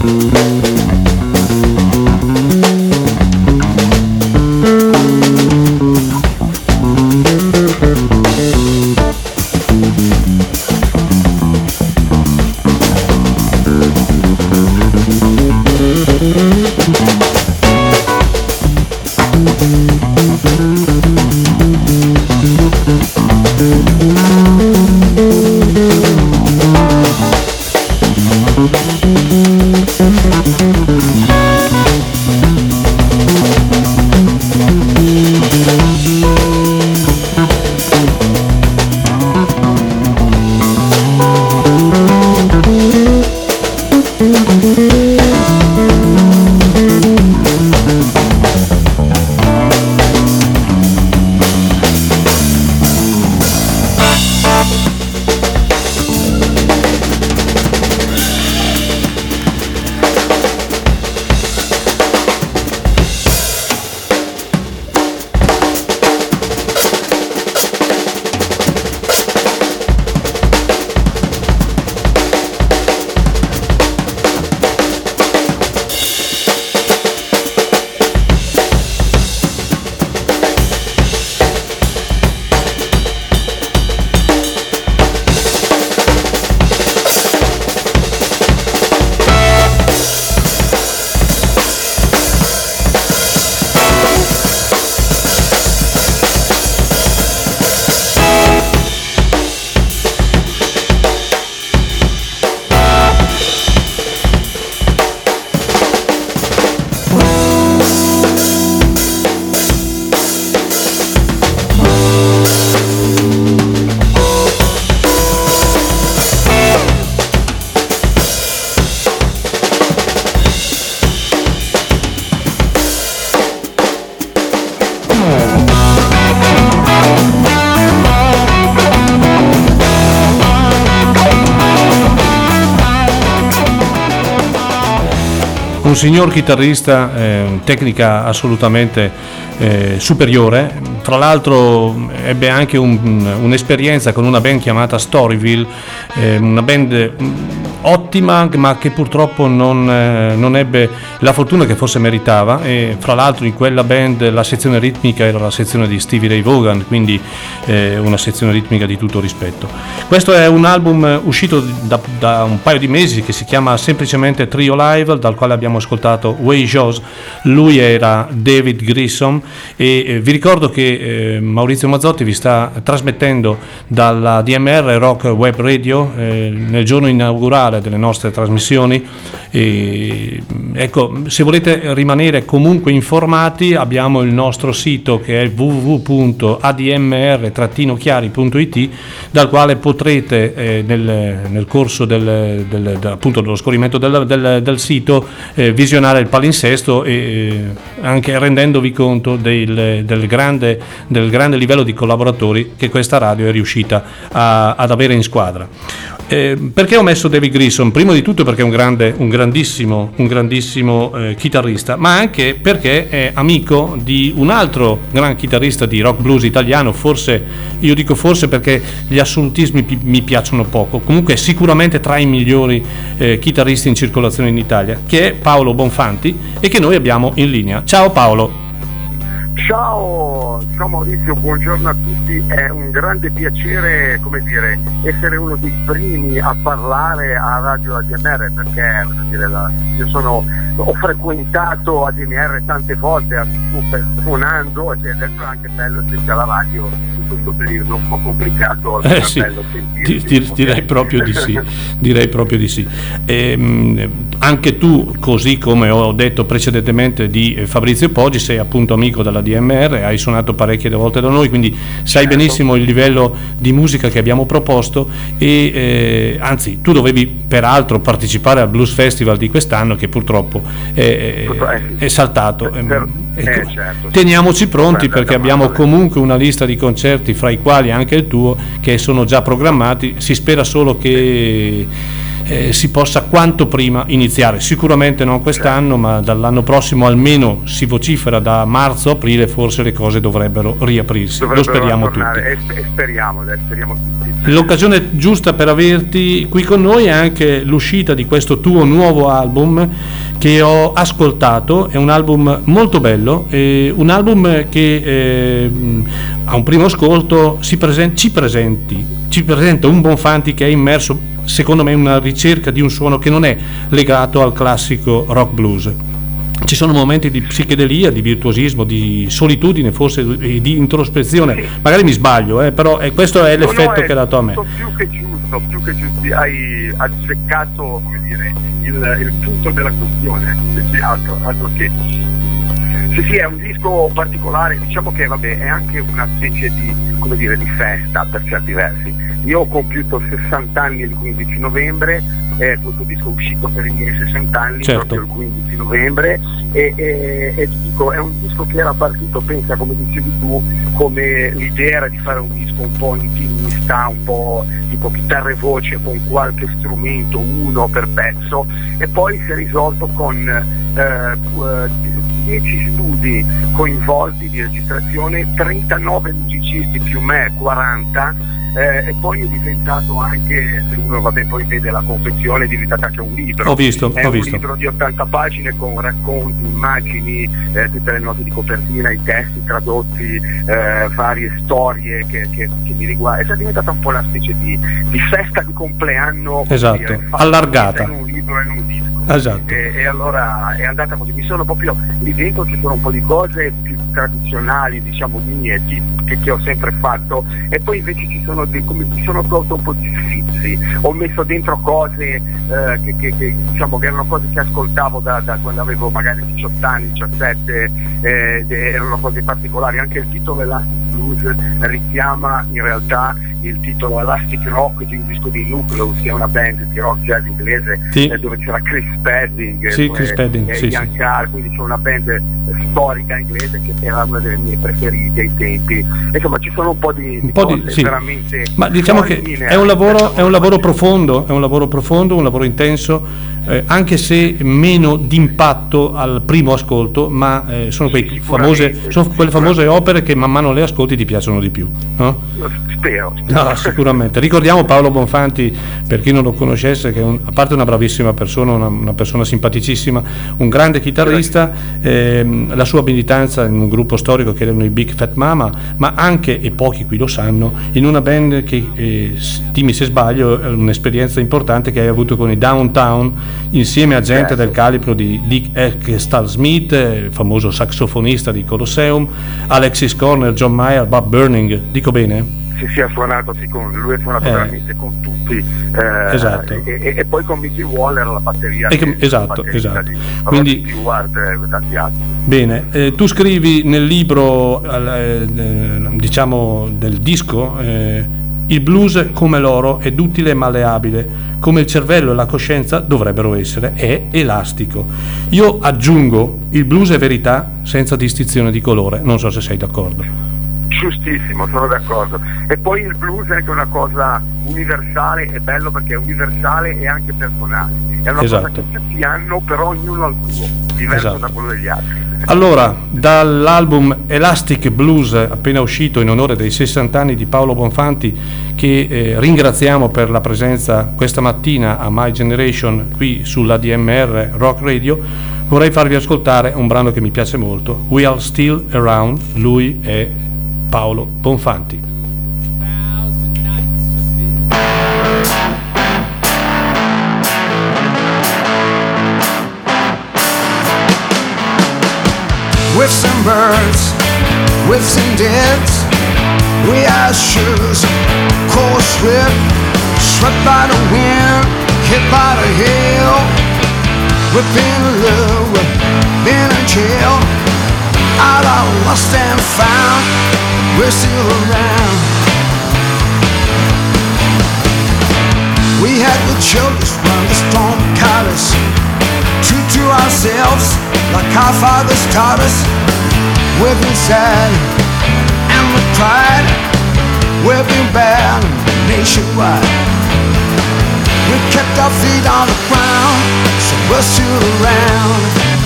Un signor chitarrista, eh, tecnica assolutamente eh, superiore. Tra l'altro ebbe anche un, un'esperienza con una band chiamata Storyville, eh, una band ottima ma che purtroppo non, eh, non ebbe la fortuna che forse meritava, e fra l'altro in quella band la sezione ritmica era la sezione di Stevie Ray Vaughan, quindi eh, una sezione ritmica di tutto rispetto. Questo è un album uscito da, da un paio di mesi che si chiama semplicemente Trio Live, dal quale abbiamo ascoltato Way Jaws. Lui era David Grissom e eh, vi ricordo che eh, Maurizio Mazzotti vi sta trasmettendo dalla D M R Rock Web Radio eh, nel giorno inaugurale delle nostre trasmissioni. E, ecco, se volete rimanere comunque informati, abbiamo il nostro sito che è w w w punto a d m r chiari punto i t, dal quale potrete eh, nel, nel corso del, del, del, appunto dello scorrimento del, del, del sito eh, visionare il palinsesto, e eh, anche rendendovi conto del, del, grande, del grande livello di collaboratori che questa radio è riuscita a, ad avere in squadra. Eh, perché ho messo David Grissom? Prima di tutto perché è un grande, un grandissimo, un grandissimo eh, chitarrista, ma anche perché è amico di un altro gran chitarrista di rock blues italiano. Forse, io dico forse perché gli assolutismi pi- mi piacciono poco, comunque è sicuramente tra i migliori eh, chitarristi in circolazione in Italia, che è Paolo Bonfanti, e che noi abbiamo in linea. Ciao Paolo. Ciao, ciao Maurizio, buongiorno a tutti. È un grande piacere, come dire, essere uno dei primi a parlare a Radio A D M R, perché voglio dire, la, io sono, ho frequentato A D M R tante volte suonando, e adesso è anche bello se c'è la radio in questo periodo un po' complicato. Eh sì, bello ti, ti, direi proprio di sì, direi proprio di sì. E, anche tu, così come ho detto precedentemente di Fabrizio Poggi, sei appunto amico della D M R, hai suonato parecchie volte da noi, quindi sai benissimo il livello di musica che abbiamo proposto, e eh, anzi tu dovevi peraltro partecipare al Blues Festival di quest'anno, che purtroppo è, è saltato. Per, eh, eh, certo, teniamoci pronti, perché abbiamo comunque una lista di concerti, fra i quali anche il tuo, che sono già programmati. Si spera solo che eh, si possa quanto prima iniziare, sicuramente non quest'anno, ma dall'anno prossimo almeno si vocifera da marzo-aprile, forse le cose dovrebbero riaprirsi, dovrebbero lo speriamo tornare, tutti. E, e speriamo, dai, speriamo tutti. L'occasione giusta per averti qui con noi è anche l'uscita di questo tuo nuovo album che ho ascoltato, è un album molto bello, è un album che eh, a un primo ascolto si presen- ci presenti, ci presenta un Bonfanti che è immerso, secondo me, in una ricerca di un suono che non è legato al classico rock blues. Ci sono momenti di psichedelia, di virtuosismo, di solitudine, forse di introspezione. Sì. Magari mi sbaglio, eh, però è, questo è l'effetto no, no, che ha dato a me. Più che giusto, più che giusto, hai azzeccato, come dire, il, il punto della questione. Sì, altro, altro che. Sì, sì, è un disco particolare, diciamo che vabbè, è anche una specie di, come dire, di festa per certi versi. Io ho compiuto sessanta anni il quindici novembre, eh, questo disco è uscito per i miei sessanta anni, certo. Proprio il quindici novembre, e, e, e dico, è un disco che era partito, pensa, come dicevi tu, come l'idea era di fare un disco un po' intimista, un po' tipo chitarra e voce con qualche strumento, uno per pezzo, e poi si è risolto con eh, dieci studi coinvolti di registrazione, trentanove musicisti più me, quaranta, eh, e poi è diventato anche, se uno vabbè poi vede la confezione, è diventato anche un libro. Ho visto, è ho un visto. libro di ottanta pagine con racconti, immagini, eh, tutte le note di copertina, i testi tradotti, eh, varie storie che, che, che mi riguardano. È diventata un po' una specie di, di festa di compleanno, esatto, dire, allargata in un libro e in un disco. Esatto. E, e allora è andata così. Mi sono proprio lì dentro, ci sono un po' di cose più tradizionali, diciamo mie, che, che ho sempre fatto, e poi invece ci sono dei, come mi sono tolto un po' di sfizi, ho messo dentro cose eh, che, che, che diciamo che erano cose che ascoltavo da, da quando avevo magari diciotto anni, diciassette, eh, erano cose particolari. Anche il titolo Elastic Blues richiama in realtà il titolo Elastic Rock di un disco di Nucleus, che è una band di rock jazz inglese, sì. eh, dove c'era Chris Spedding, sì, e, Chris Spedding, e sì, Ian sì. Carr, quindi c'è una band storica inglese che era una delle mie preferite ai tempi. Insomma, ci sono un po' di, un di po' cose di, sì. veramente. Ma diciamo che è un lavoro, è un lavoro profondo, è un lavoro profondo, un lavoro intenso, eh, anche se meno d'impatto al primo ascolto, ma eh, sono, quei famose, sono quelle famose opere che man mano le ascolti ti piacciono di più, no? Spero. No, sicuramente. Ricordiamo Paolo Bonfanti, per chi non lo conoscesse, che è un, a parte una bravissima persona, una, una persona simpaticissima, un grande chitarrista, ehm, la sua militanza in un gruppo storico che erano i Big Fat Mama, ma anche, e pochi qui lo sanno, in una band che, eh, dimmi se sbaglio, è un'esperienza importante che hai avuto con i Downtown, insieme a gente certo. del calibro di Dick Eckstall Smith, il famoso saxofonista di Colosseum, Alexis Corner, John Mayer, Bob Burning, dico bene? Sì, sì, ha suonato, sì, con, lui ha suonato eh. veramente con tutti, eh, esatto. e, e, e poi con Mickey Waller la batteria, e che, esatto, esatto. Di, quindi Stewart, eh, tanti altri. Bene, eh, tu scrivi nel libro eh, diciamo del disco eh, il blues come l'oro è duttile e malleabile, come il cervello e la coscienza dovrebbero essere, è elastico. Io aggiungo, il blues è verità senza distinzione di colore, non so se sei d'accordo. Giustissimo, sono d'accordo. E poi il blues è anche una cosa universale, è bello perché è universale e anche personale. È una esatto. cosa che tutti hanno, però ognuno ha il suo, diverso esatto. da quello degli altri. Allora, dall'album Elastic Blues, appena uscito in onore dei sessanta anni di Paolo Bonfanti, che eh, ringraziamo per la presenza questa mattina a My Generation qui sulla D M R Rock Radio, vorrei farvi ascoltare un brano che mi piace molto, We Are Still Around. Lui è Paolo Bonfanti. With some birds, with some deads, we are shoes, cold swept, swept by the wind, hit by the hail. We've been in love, we've been in jail, out of lost and found, we're still around. We had the children when the storm caught us, true to ourselves, like our fathers taught us. We've been sad and we've cried, we've been bad nationwide. We kept our feet on the ground, so we're still around.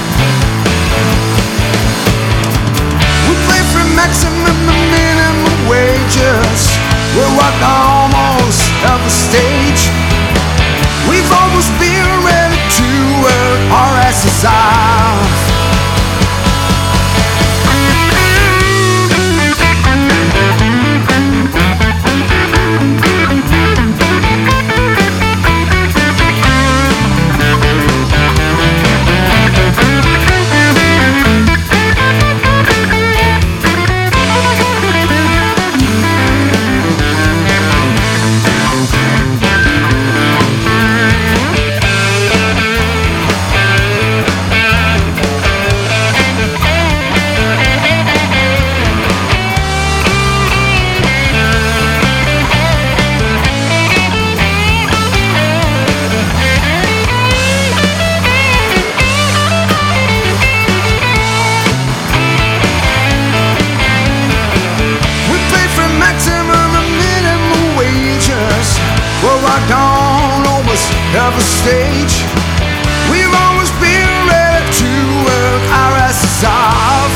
We play for maximum and minimum wages. We walk almost every stage. We've almost been ready to work our asses off. Every stage, we've always been ready to work our asses off.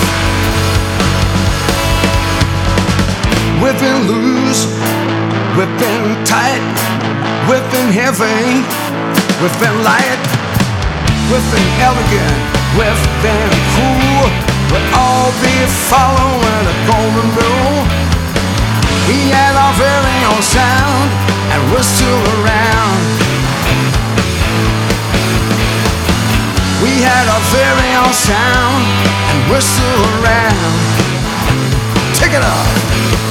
We've been loose, we've been tight, we've been heavy, we've been light, we've been elegant, we've been cool. We'll all be following a golden rule. We had our very own sound, and we're still around. We had our very own sound, and we're still around. Take it off.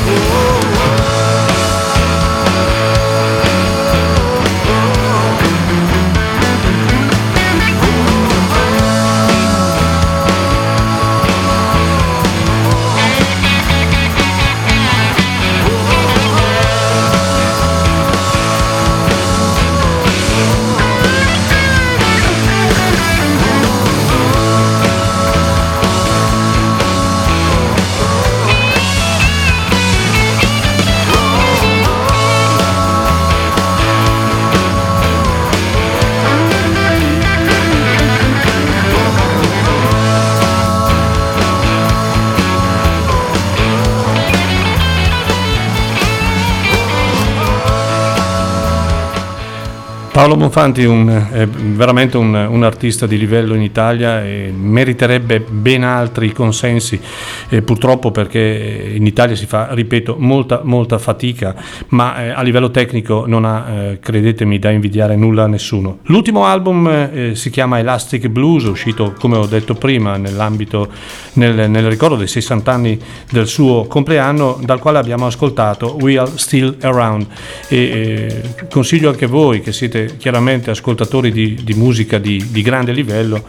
Paolo Bonfanti un, è veramente un, un artista di livello in Italia e meriterebbe ben altri consensi, eh, purtroppo perché in Italia si fa, ripeto, molta molta fatica, ma eh, a livello tecnico non ha, eh, credetemi, da invidiare nulla a nessuno. L'ultimo album eh, si chiama Elastic Blues, uscito, come ho detto prima, nell'ambito, nel, nel ricordo dei sessanta anni del suo compleanno, dal quale abbiamo ascoltato We Are Still Around, e eh, consiglio anche voi che siete chiaramente ascoltatori di, di musica di, di grande livello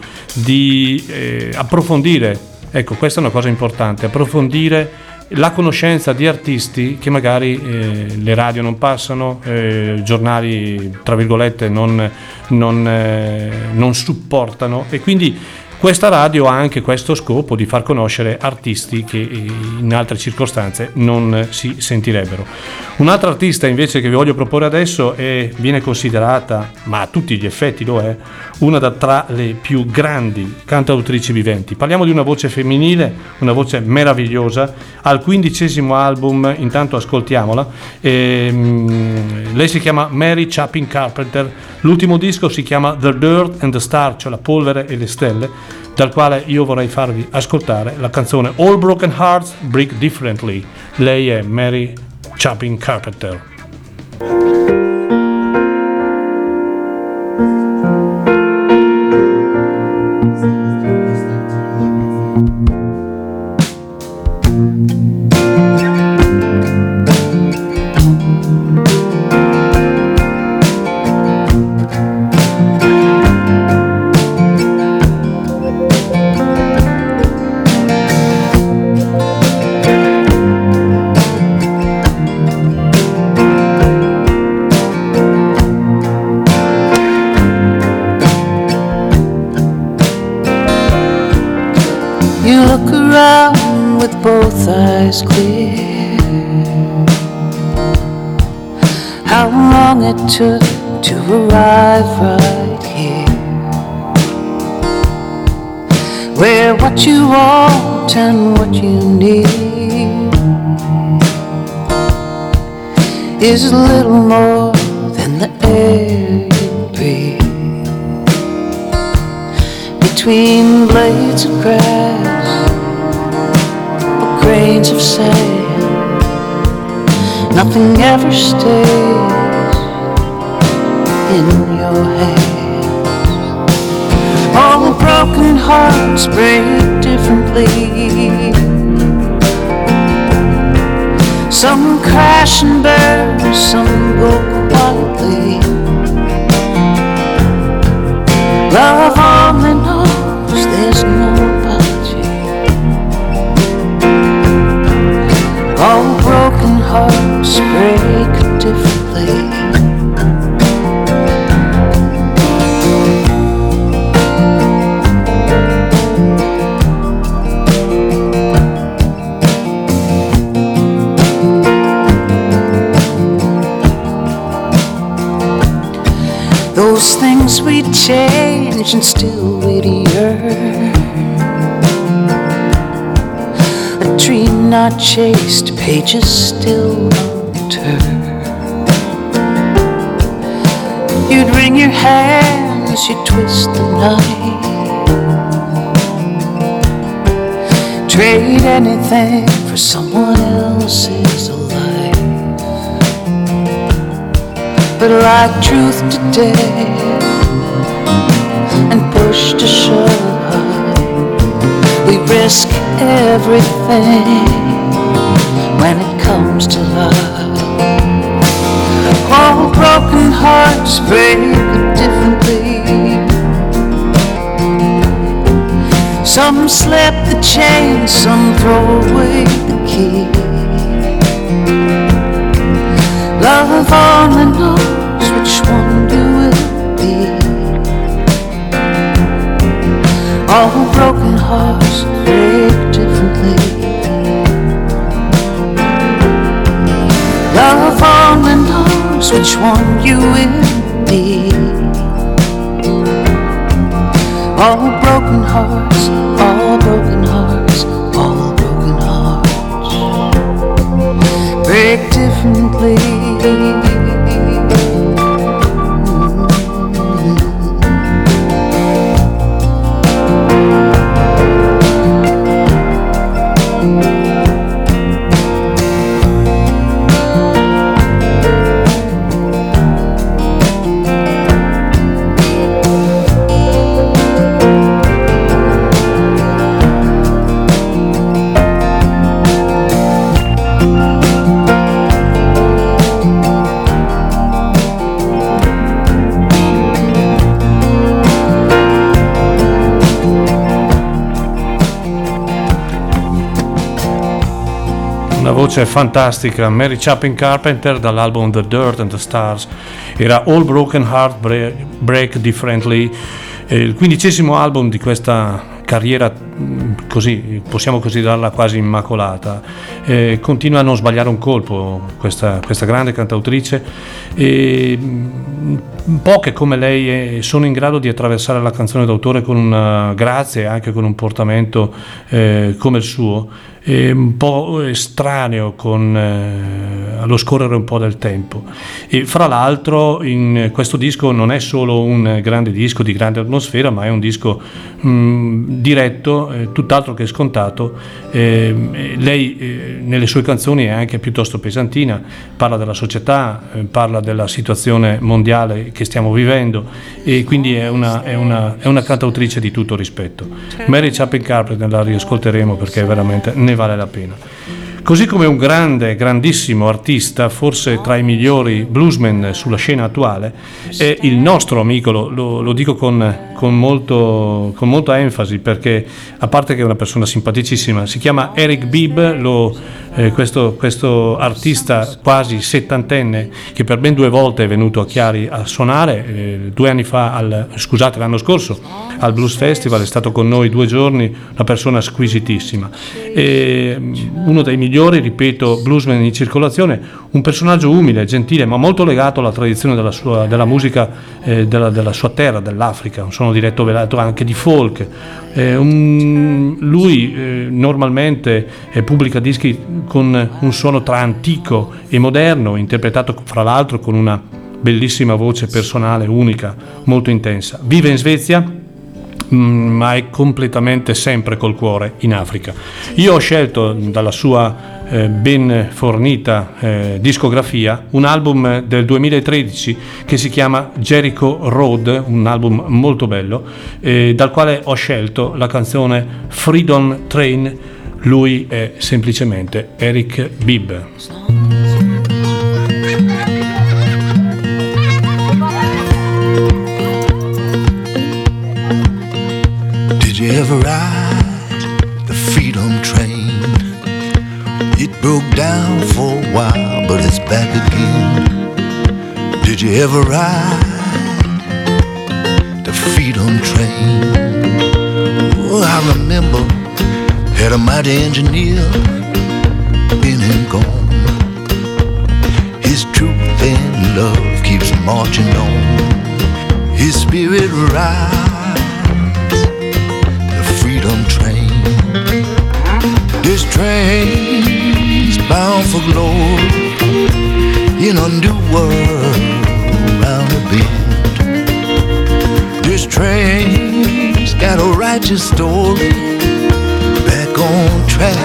di eh, approfondire, ecco, questa è una cosa importante, approfondire la conoscenza di artisti che magari eh, le radio non passano, eh, giornali tra virgolette non, non, eh, non supportano, e quindi questa radio ha anche questo scopo di far conoscere artisti che in altre circostanze non si sentirebbero. Un'altra artista invece che vi voglio proporre adesso è, viene considerata, ma a tutti gli effetti lo è, una da tra le più grandi cantautrici viventi. Parliamo di una voce femminile, una voce meravigliosa, al quindicesimo album, intanto ascoltiamola. E, um, lei si chiama Mary Chapin Carpenter, l'ultimo disco si chiama The Dirt and the Star, cioè la polvere e le stelle, dal quale io vorrei farvi ascoltare la canzone All Broken Hearts Break Differently. Lei è Mary Chapin Carpenter. Clear how long it took to arrive right here, where what you want and what you need is a little more than the air you breathe. Between blades of grass or grains of sand, nothing ever stays in your hands. All broken hearts break differently. Some crash and burn, some go quietly. Love only knows there's no apology. All broken hearts break differently. Those things we change and still we'd yearn. A dream not chased, pages still unturned. You'd wring your hands, you'd twist the knife, trade anything for someone else's life. But like truth today and push to shove, we risk everything when it comes to love. All broken hearts break differently. Some slip the chain, some throw away the key. Love only knows which one you will be. All broken hearts break differently. Love only knows which one you will be. All broken hearts, all broken hearts, all broken hearts break differently. Voce fantastica, Mary Chapin Carpenter, dall'album The Dirt and the Stars. Era All Broken Heart Break, Break Differently, il quindicesimo album di questa carriera, così possiamo considerarla quasi immacolata. Eh, continua a non sbagliare un colpo questa, questa grande cantautrice, e poche come lei sono in grado di attraversare la canzone d'autore con una grazia e anche con un portamento eh, come il suo, eh, un po' estraneo con, eh, allo scorrere un po' del tempo. E fra l'altro in questo disco non è solo un grande disco di grande atmosfera, ma è un disco mh, diretto, eh, tutt'altro che scontato. Eh, lei eh, nelle sue canzoni è anche piuttosto pesantina, parla della società, eh, parla della situazione mondiale che stiamo vivendo, e quindi è una, è una, è una cantautrice di tutto rispetto. Mary Chapin Carpenter la riascolteremo perché veramente ne vale la pena. Così come un grande, grandissimo artista, forse tra i migliori bluesmen sulla scena attuale, è il nostro amico, lo, lo, lo dico con, con, molto, con molta enfasi, perché a parte che è una persona simpaticissima, si chiama Eric Bibb, lo, eh, questo, questo artista quasi settantenne che per ben due volte è venuto a Chiari a suonare, eh, due anni fa, al, scusate l'anno scorso al Blues Festival, è stato con noi due giorni, una persona squisitissima, e uno dei migliori, ripeto, bluesman in circolazione, un personaggio umile, gentile, ma molto legato alla tradizione della sua della musica eh, della, della sua terra, dell'Africa, un suono diretto velato anche di folk. Eh, un, lui eh, normalmente eh, pubblica dischi con un suono tra antico e moderno, interpretato fra l'altro con una bellissima voce personale, unica, molto intensa. Vive in Svezia, ma è completamente sempre col cuore in Africa. Io ho scelto dalla sua eh, ben fornita eh, discografia un album del duemilatredici che si chiama Jericho Road, un album molto bello, eh, dal quale ho scelto la canzone Freedom Train. Lui è semplicemente Eric Bibb. Did you ever ride the Freedom Train? It broke down for a while, but it's back again. Did you ever ride the Freedom Train? Oh, I remember, had a mighty engineer, been and gone. His truth and love keeps marching on. His spirit rides Freedom Train. This train's bound for glory in a new world round the bend. This train's got a righteous story back on track.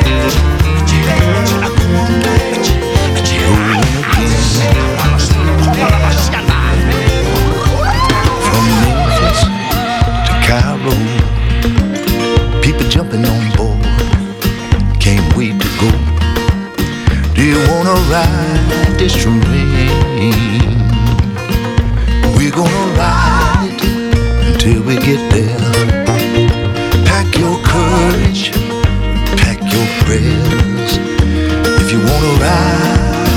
From Memphis to Cairo, people jumping on board, can't wait to go. Do you wanna ride this train? We're gonna ride it until we get there. Pack your courage, pack your prayers, if you wanna ride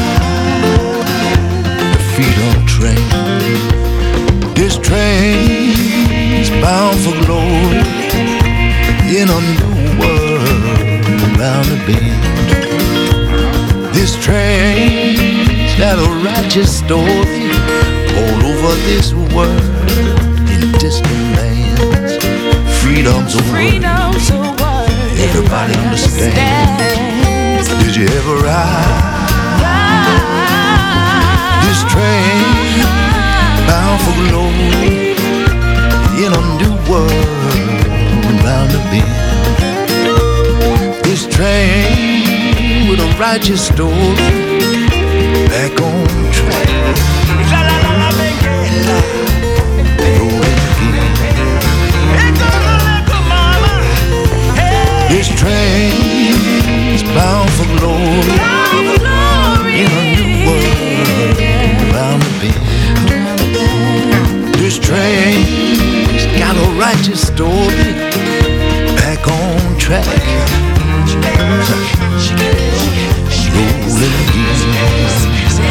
the Freedom Train. This train's bound for glory in a new world round the bend. This train's got a righteous story all over this world in distant lands. Freedom's a Freedom's word a word everybody understands. Did you ever ride this train bound for glory in a new world round the bend? This train with a righteous story back on track. Rolling again. This train's bound for glory in a new world round the bend. This train's got a righteous story back on track. Rolling again.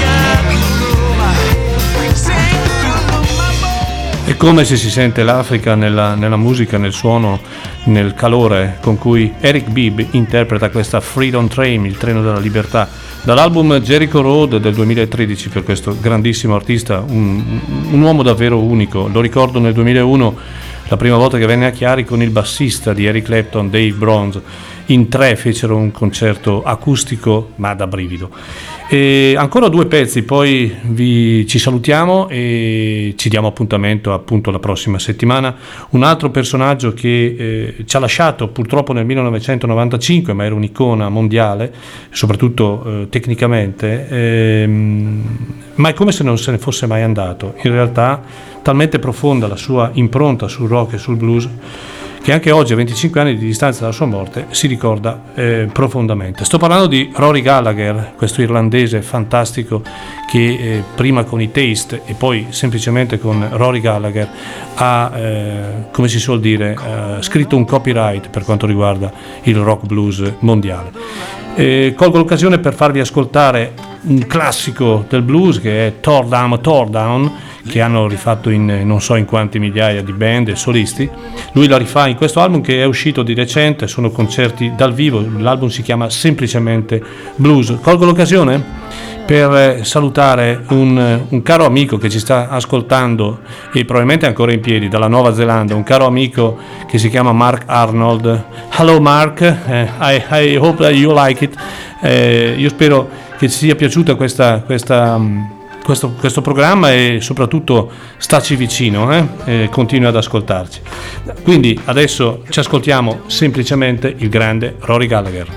E come se si sente l'Africa nella, nella musica, nel suono, nel calore con cui Eric Bibb interpreta questa Freedom Train, il treno della libertà, dall'album Jericho Road del duemilatredici, per questo grandissimo artista, un, un uomo davvero unico. Lo ricordo nel duemilauno, la prima volta che venne a Chiari con il bassista di Eric Clapton, Dave Bronze. In tre fecero un concerto acustico ma da brivido. E ancora due pezzi, poi vi, ci salutiamo e ci diamo appuntamento appunto la prossima settimana. Un altro personaggio che eh, ci ha lasciato purtroppo nel millenovecentonovantacinque, ma era un'icona mondiale, soprattutto eh, tecnicamente, ehm, ma è come se non se ne fosse mai andato. In realtà talmente profonda la sua impronta sul rock e sul blues che anche oggi, a venticinque anni di distanza dalla sua morte, si ricorda eh, profondamente. Sto parlando di Rory Gallagher, questo irlandese fantastico che eh, prima con i Taste e poi semplicemente con Rory Gallagher ha, eh, come si suol dire, eh, scritto un copyright per quanto riguarda il rock blues mondiale. Eh, colgo l'occasione per farvi ascoltare un classico del blues che è Tore Down, Tore Down, che hanno rifatto in non so in quanti migliaia di band e solisti. Lui la rifà in questo album che è uscito di recente, sono concerti dal vivo, l'album si chiama semplicemente Blues. Colgo l'occasione per salutare un, un caro amico che ci sta ascoltando e probabilmente ancora in piedi dalla Nuova Zelanda, un caro amico che si chiama Mark Arnold. Hello Mark, eh, I, I hope that you like it. Eh, io spero che ci sia piaciuta questa, questa, questo, questo programma e soprattutto staci vicino, eh? E continui ad ascoltarci. Quindi adesso ci ascoltiamo semplicemente il grande Rory Gallagher.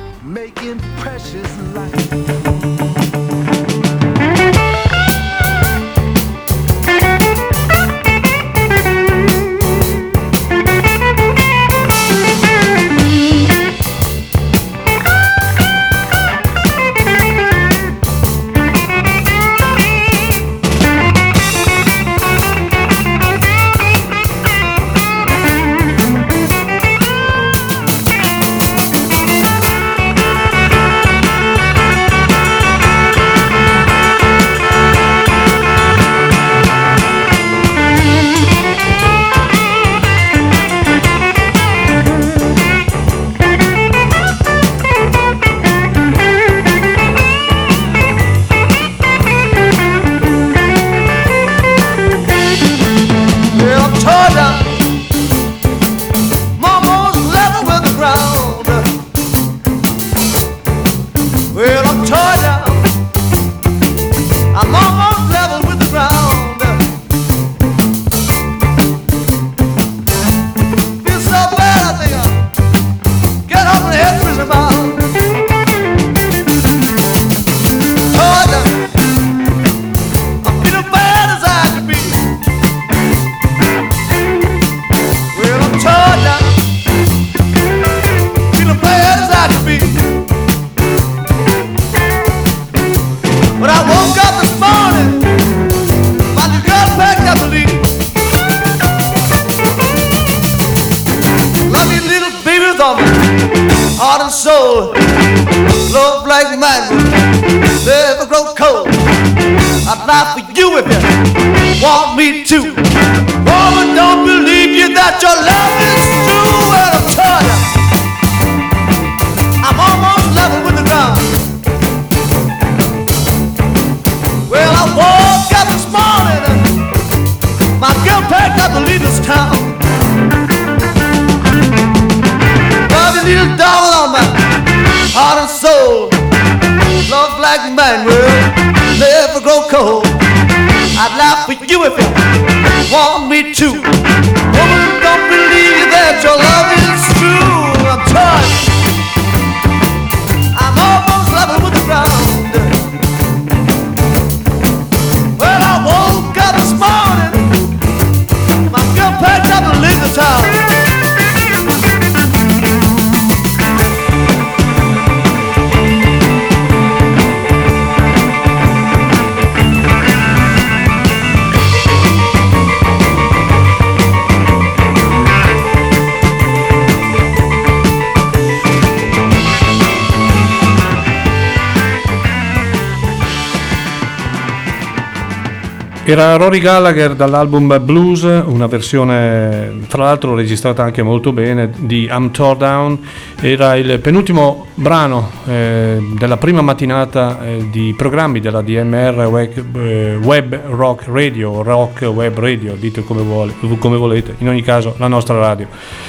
Era Rory Gallagher dall'album Blues, una versione fra l'altro registrata anche molto bene di I'm Tore Down. Era il penultimo brano eh, della prima mattinata eh, di programmi della D M R Web, eh, Web Rock Radio, Rock Web Radio, dite come, vuole, come volete, in ogni caso la nostra radio.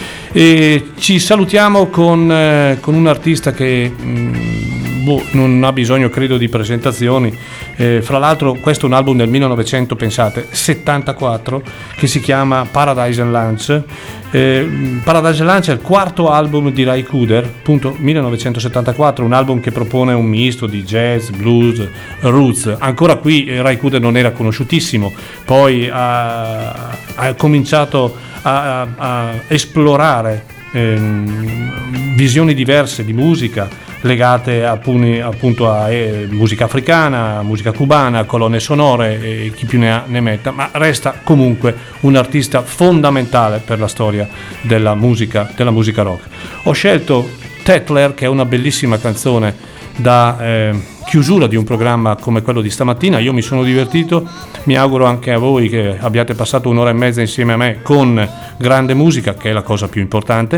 E ci salutiamo con, eh, con un artista che mh, boh, non ha bisogno credo di presentazioni. Eh, fra l'altro questo è un album del millenovecento, pensate, settantaquattro, che si chiama Paradise and Lunch. Eh, Paradise and Lunch è il quarto album di Ry Cooder, appunto millenovecentosettantaquattro, un album che propone un misto di jazz, blues, roots. Ancora qui eh, Ry Cooder non era conosciutissimo, poi ha, ha cominciato a, a esplorare ehm, visioni diverse di musica legate appunto, appunto a eh, musica africana, musica cubana, colonne sonore e chi più ne ha ne metta, ma resta comunque un artista fondamentale per la storia della musica, della musica rock. Ho scelto Tetler, che è una bellissima canzone da eh, chiusura di un programma come quello di stamattina. Io mi sono divertito, mi auguro anche a voi che abbiate passato un'ora e mezza insieme a me con grande musica, che è la cosa più importante.